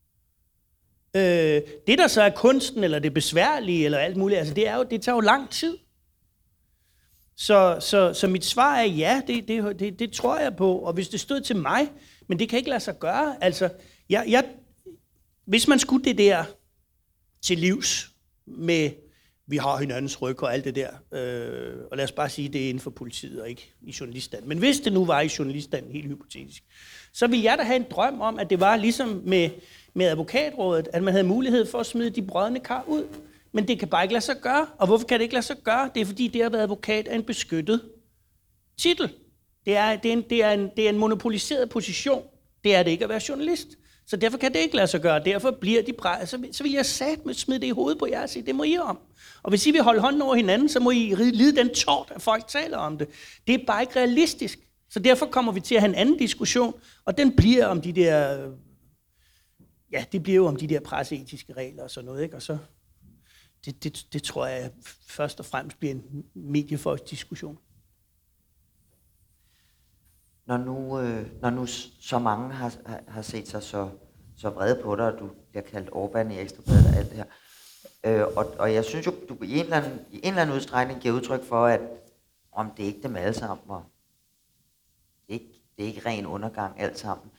Øh, det, der så er kunsten, eller det besværlige, eller alt muligt, altså det, er jo, det tager jo lang tid. Så, så, så mit svar er ja, det, det, det, det tror jeg på. Og hvis det stod til mig, men det kan ikke lade sig gøre. Altså, jeg, jeg, hvis man skulle det der til livs med, vi har hinandens ryg og alt det der, øh, og lad os bare sige, det er inden for politiet og ikke i journaliststanden. Men hvis det nu var i journaliststanden, helt hypotetisk, så ville jeg da have en drøm om, at det var ligesom med, med advokatrådet, at man havde mulighed for at smide de brodne kar ud. Men det kan bare ikke lade sig gøre. Og hvorfor kan det ikke lade sig gøre? Det er fordi, det at være advokat er en beskyttet titel. Det er, det er, en, det er, en, det er en monopoliseret position. Det er det ikke at være journalist. Så derfor kan det ikke lade sig gøre. Derfor bliver de bræ... så, så vil jeg satme smide det i hovedet på jer og sige, det må I om. Og hvis I vil holde hånden over hinanden, så må I lide den tort, at folk taler om det. Det er bare ikke realistisk. Så derfor kommer vi til at have en anden diskussion, og den bliver om de der... Ja, det bliver jo om de der presseetiske regler og sådan noget, ikke? Og så... Det, det, det tror jeg først og fremmest bliver en mediefolksdiskussion. Når nu, øh, når nu så mange har, har set sig så, så vrede på dig, og du bliver kaldt Orbán i Ekstrabladet og alt det her, øh, og, og jeg synes jo, du i en, eller anden, i en eller anden udstrækning giver udtryk for, at om det er ikke dem alle sammen, og det er ikke, det er ikke ren undergang alt sammen.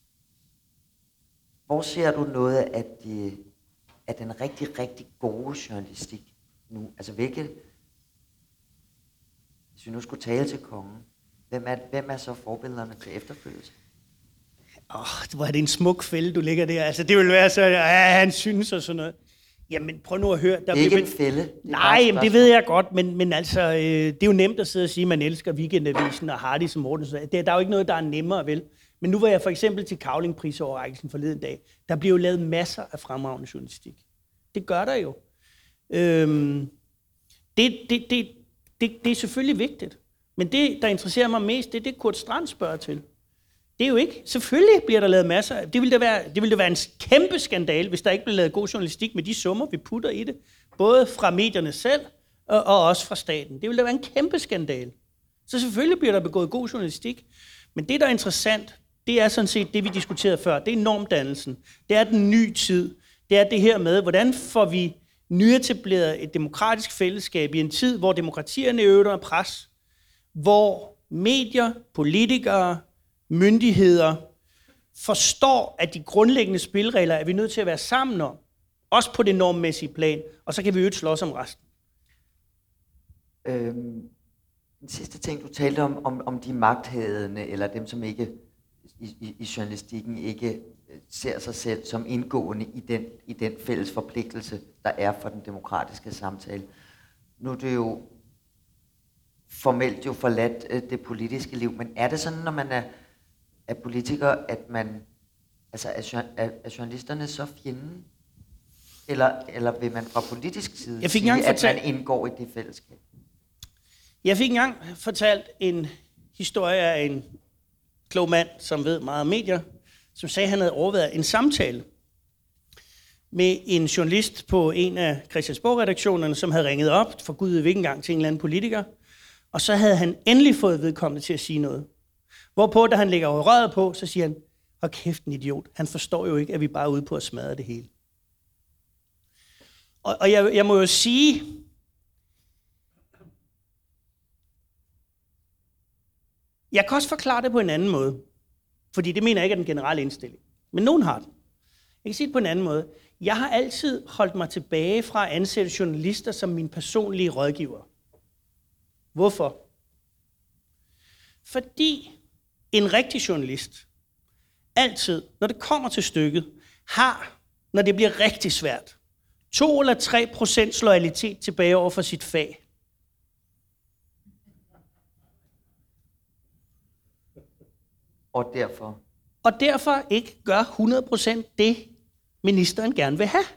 Hvor ser du noget af det, af den rigtig, rigtig gode journalistik nu? Altså hvilke, hvis vi nu skulle tale til kongen, hvem er, hvem er så forbillederne til efterfølgelse? Åh, oh, hvor er det en smuk fælde, du ligger der. Altså det vil være så, ja, han synes og sådan noget. Jamen prøv nu at høre. Der det er ikke bliver... en fælde. Det Nej, jamen, det ved jeg godt, men, men altså, øh, det er jo nemt at sidde og sige, at man elsker Weekendavisen og Hardy som Morten. Det, der er jo ikke noget, der er nemmere, vel? Men nu var jeg for eksempel til Cavlingprisoverrækkelsen forleden dag. Der bliver jo lavet masser af fremragende journalistik. Det gør der jo. Øhm, det, det, det, det, det er selvfølgelig vigtigt. Men det, der interesserer mig mest, det er det, Kurt Strand spørger til. Det er jo ikke. Selvfølgelig bliver der lavet masser. Det ville da være, det ville da være en kæmpe skandale, hvis der ikke blev lavet god journalistik med de summer, vi putter i det. Både fra medierne selv, og, og også fra staten. Det ville da være en kæmpe skandale. Så selvfølgelig bliver der begået god journalistik. Men det, der er interessant, det er sådan set det, vi diskuterede før. Det er normdannelsen. Det er den nye tid. Det er det her med, hvordan får vi nyetableret et demokratisk fællesskab i en tid, hvor demokratierne er under pres, hvor medier, politikere, myndigheder forstår, at de grundlæggende spilleregler er vi nødt til at være sammen om, også på det normmæssige plan, og så kan vi jo ikke slås om resten. Øhm, den sidste ting, du talte om, om, om de magthævende, eller dem, som ikke i, i, i journalistikken ikke ser sig selv som indgående i den, i den fælles forpligtelse, der er for den demokratiske samtale. Nu er det jo formelt jo forladt øh, det politiske liv, men er det sådan, når man er, er politiker, at man, altså er, er, er journalisterne så fjenden? Eller, eller vil man fra politisk side Jeg fik sige, at fortalt, man indgår i det fællesskab? Jeg fik engang fortalt en historie af en klog mand, som ved meget om medier, som sagde, at han havde overvejet en samtale med en journalist på en af Christiansborg-redaktionerne, som havde ringet op, for gud ved hvilken gang, til en eller anden politiker, og så havde han endelig fået vedkommende til at sige noget. Hvorpå, da han lægger røret på, så siger han, hold kæft en idiot, han forstår jo ikke, at vi bare er ude på at smadre det hele. Og, og jeg, jeg må jo sige, jeg kan også forklare det på en anden måde, fordi det mener jeg ikke er den generelle indstilling. Men nogen har den. Jeg kan sige det på en anden måde. Jeg har altid holdt mig tilbage fra at ansætte journalister som mine personlige rådgiver. Hvorfor? Fordi en rigtig journalist altid, når det kommer til stykket, har, når det bliver rigtig svært, to eller tre procents loyalitet tilbage over for sit fag. Og derfor? Og derfor ikke gør hundrede procent det, ministeren gerne vil have.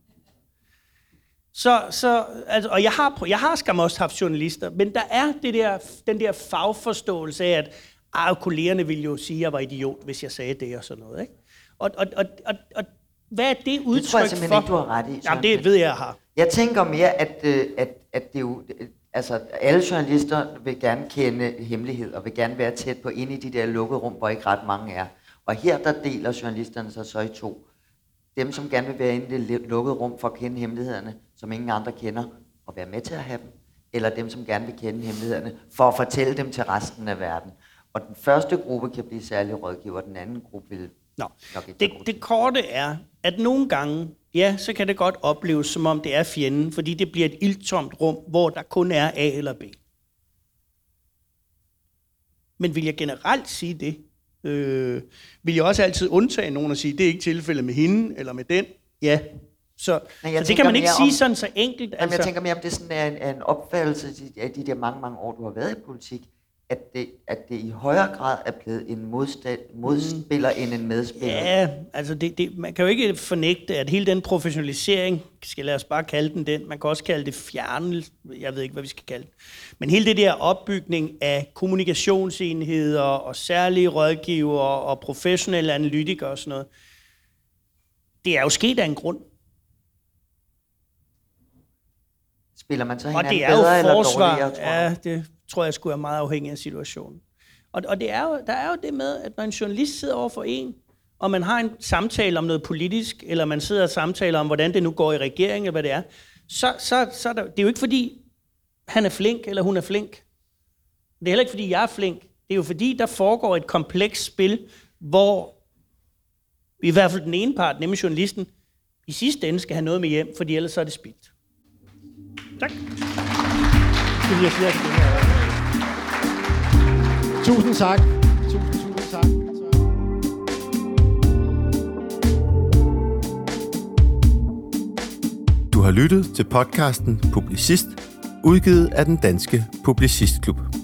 Så, så, altså, og jeg har, jeg har skam også haft journalister, men der er det der, den der fagforståelse af, at ah, kollegerne ville jo sige, at jeg var idiot, hvis jeg sagde det og sådan noget. Ikke? Og, og, og, og, og hvad er det udtryk for? Det tror jeg simpelthen ikke, du har ret i. Jamen, det ved jeg, jeg har. Jeg tænker mere, at, at, at det jo... Altså, alle journalister vil gerne kende hemmelighed, og vil gerne være tæt på inde i de der lukkede rum, hvor ikke ret mange er. Og her, der deler journalisterne sig så i to. Dem, som gerne vil være inde i det lukkede rum for at kende hemmelighederne, som ingen andre kender, og være med til at have dem. Eller dem, som gerne vil kende hemmelighederne, for at fortælle dem til resten af verden. Og den første gruppe kan blive særlig rådgiver, den anden gruppe vil Nå. nok ikke. Det, det korte er, at nogle gange, ja, så kan det godt opleves, som om det er fjenden, fordi det bliver et ildtomt rum, hvor der kun er A eller B. Men vil jeg generelt sige det, øh, vil jeg også altid undtage nogen og sige, det er ikke tilfældet med hende eller med den. Ja, så, Nej, så det kan man ikke sige om, sådan så enkelt. Altså. Jeg tænker mere om, det sådan er en, er en opfattelse af de der mange, mange år, du har været i politik, at det, at det i højere grad er blevet en modstand, modspiller mm. end en medspiller. Ja, altså det, det, man kan jo ikke fornægte, at hele den professionalisering, skal lad os bare kalde den den, man kan også kalde det fjernelse, jeg ved ikke, hvad vi skal kalde det, men hele det der opbygning af kommunikationsenheder og særlige rådgiver og professionelle analytikere og sådan noget, det er jo sket af en grund. Spiller man så og hinanden det er bedre jo eller forsvar, dårligere, tror jeg? Ja, det tror jeg skulle er meget afhængig af situationen. Og, og det er jo, der er jo det med, at når en journalist sidder over for en, og man har en samtale om noget politisk, eller man sidder og samtaler om, hvordan det nu går i regeringen, eller hvad det er, så, så, så er der, det er jo ikke fordi, han er flink, eller hun er flink. Det er heller ikke fordi, jeg er flink. Det er jo fordi, der foregår et komplekst spil, hvor i hvert fald den ene part, nemlig journalisten, i sidste ende skal have noget med hjem, fordi ellers så er det spildt. Tak. Tusind tak. Tusind, tusind tak. Du har lyttet til podcasten Publicist, udgivet af den danske Publicistklub.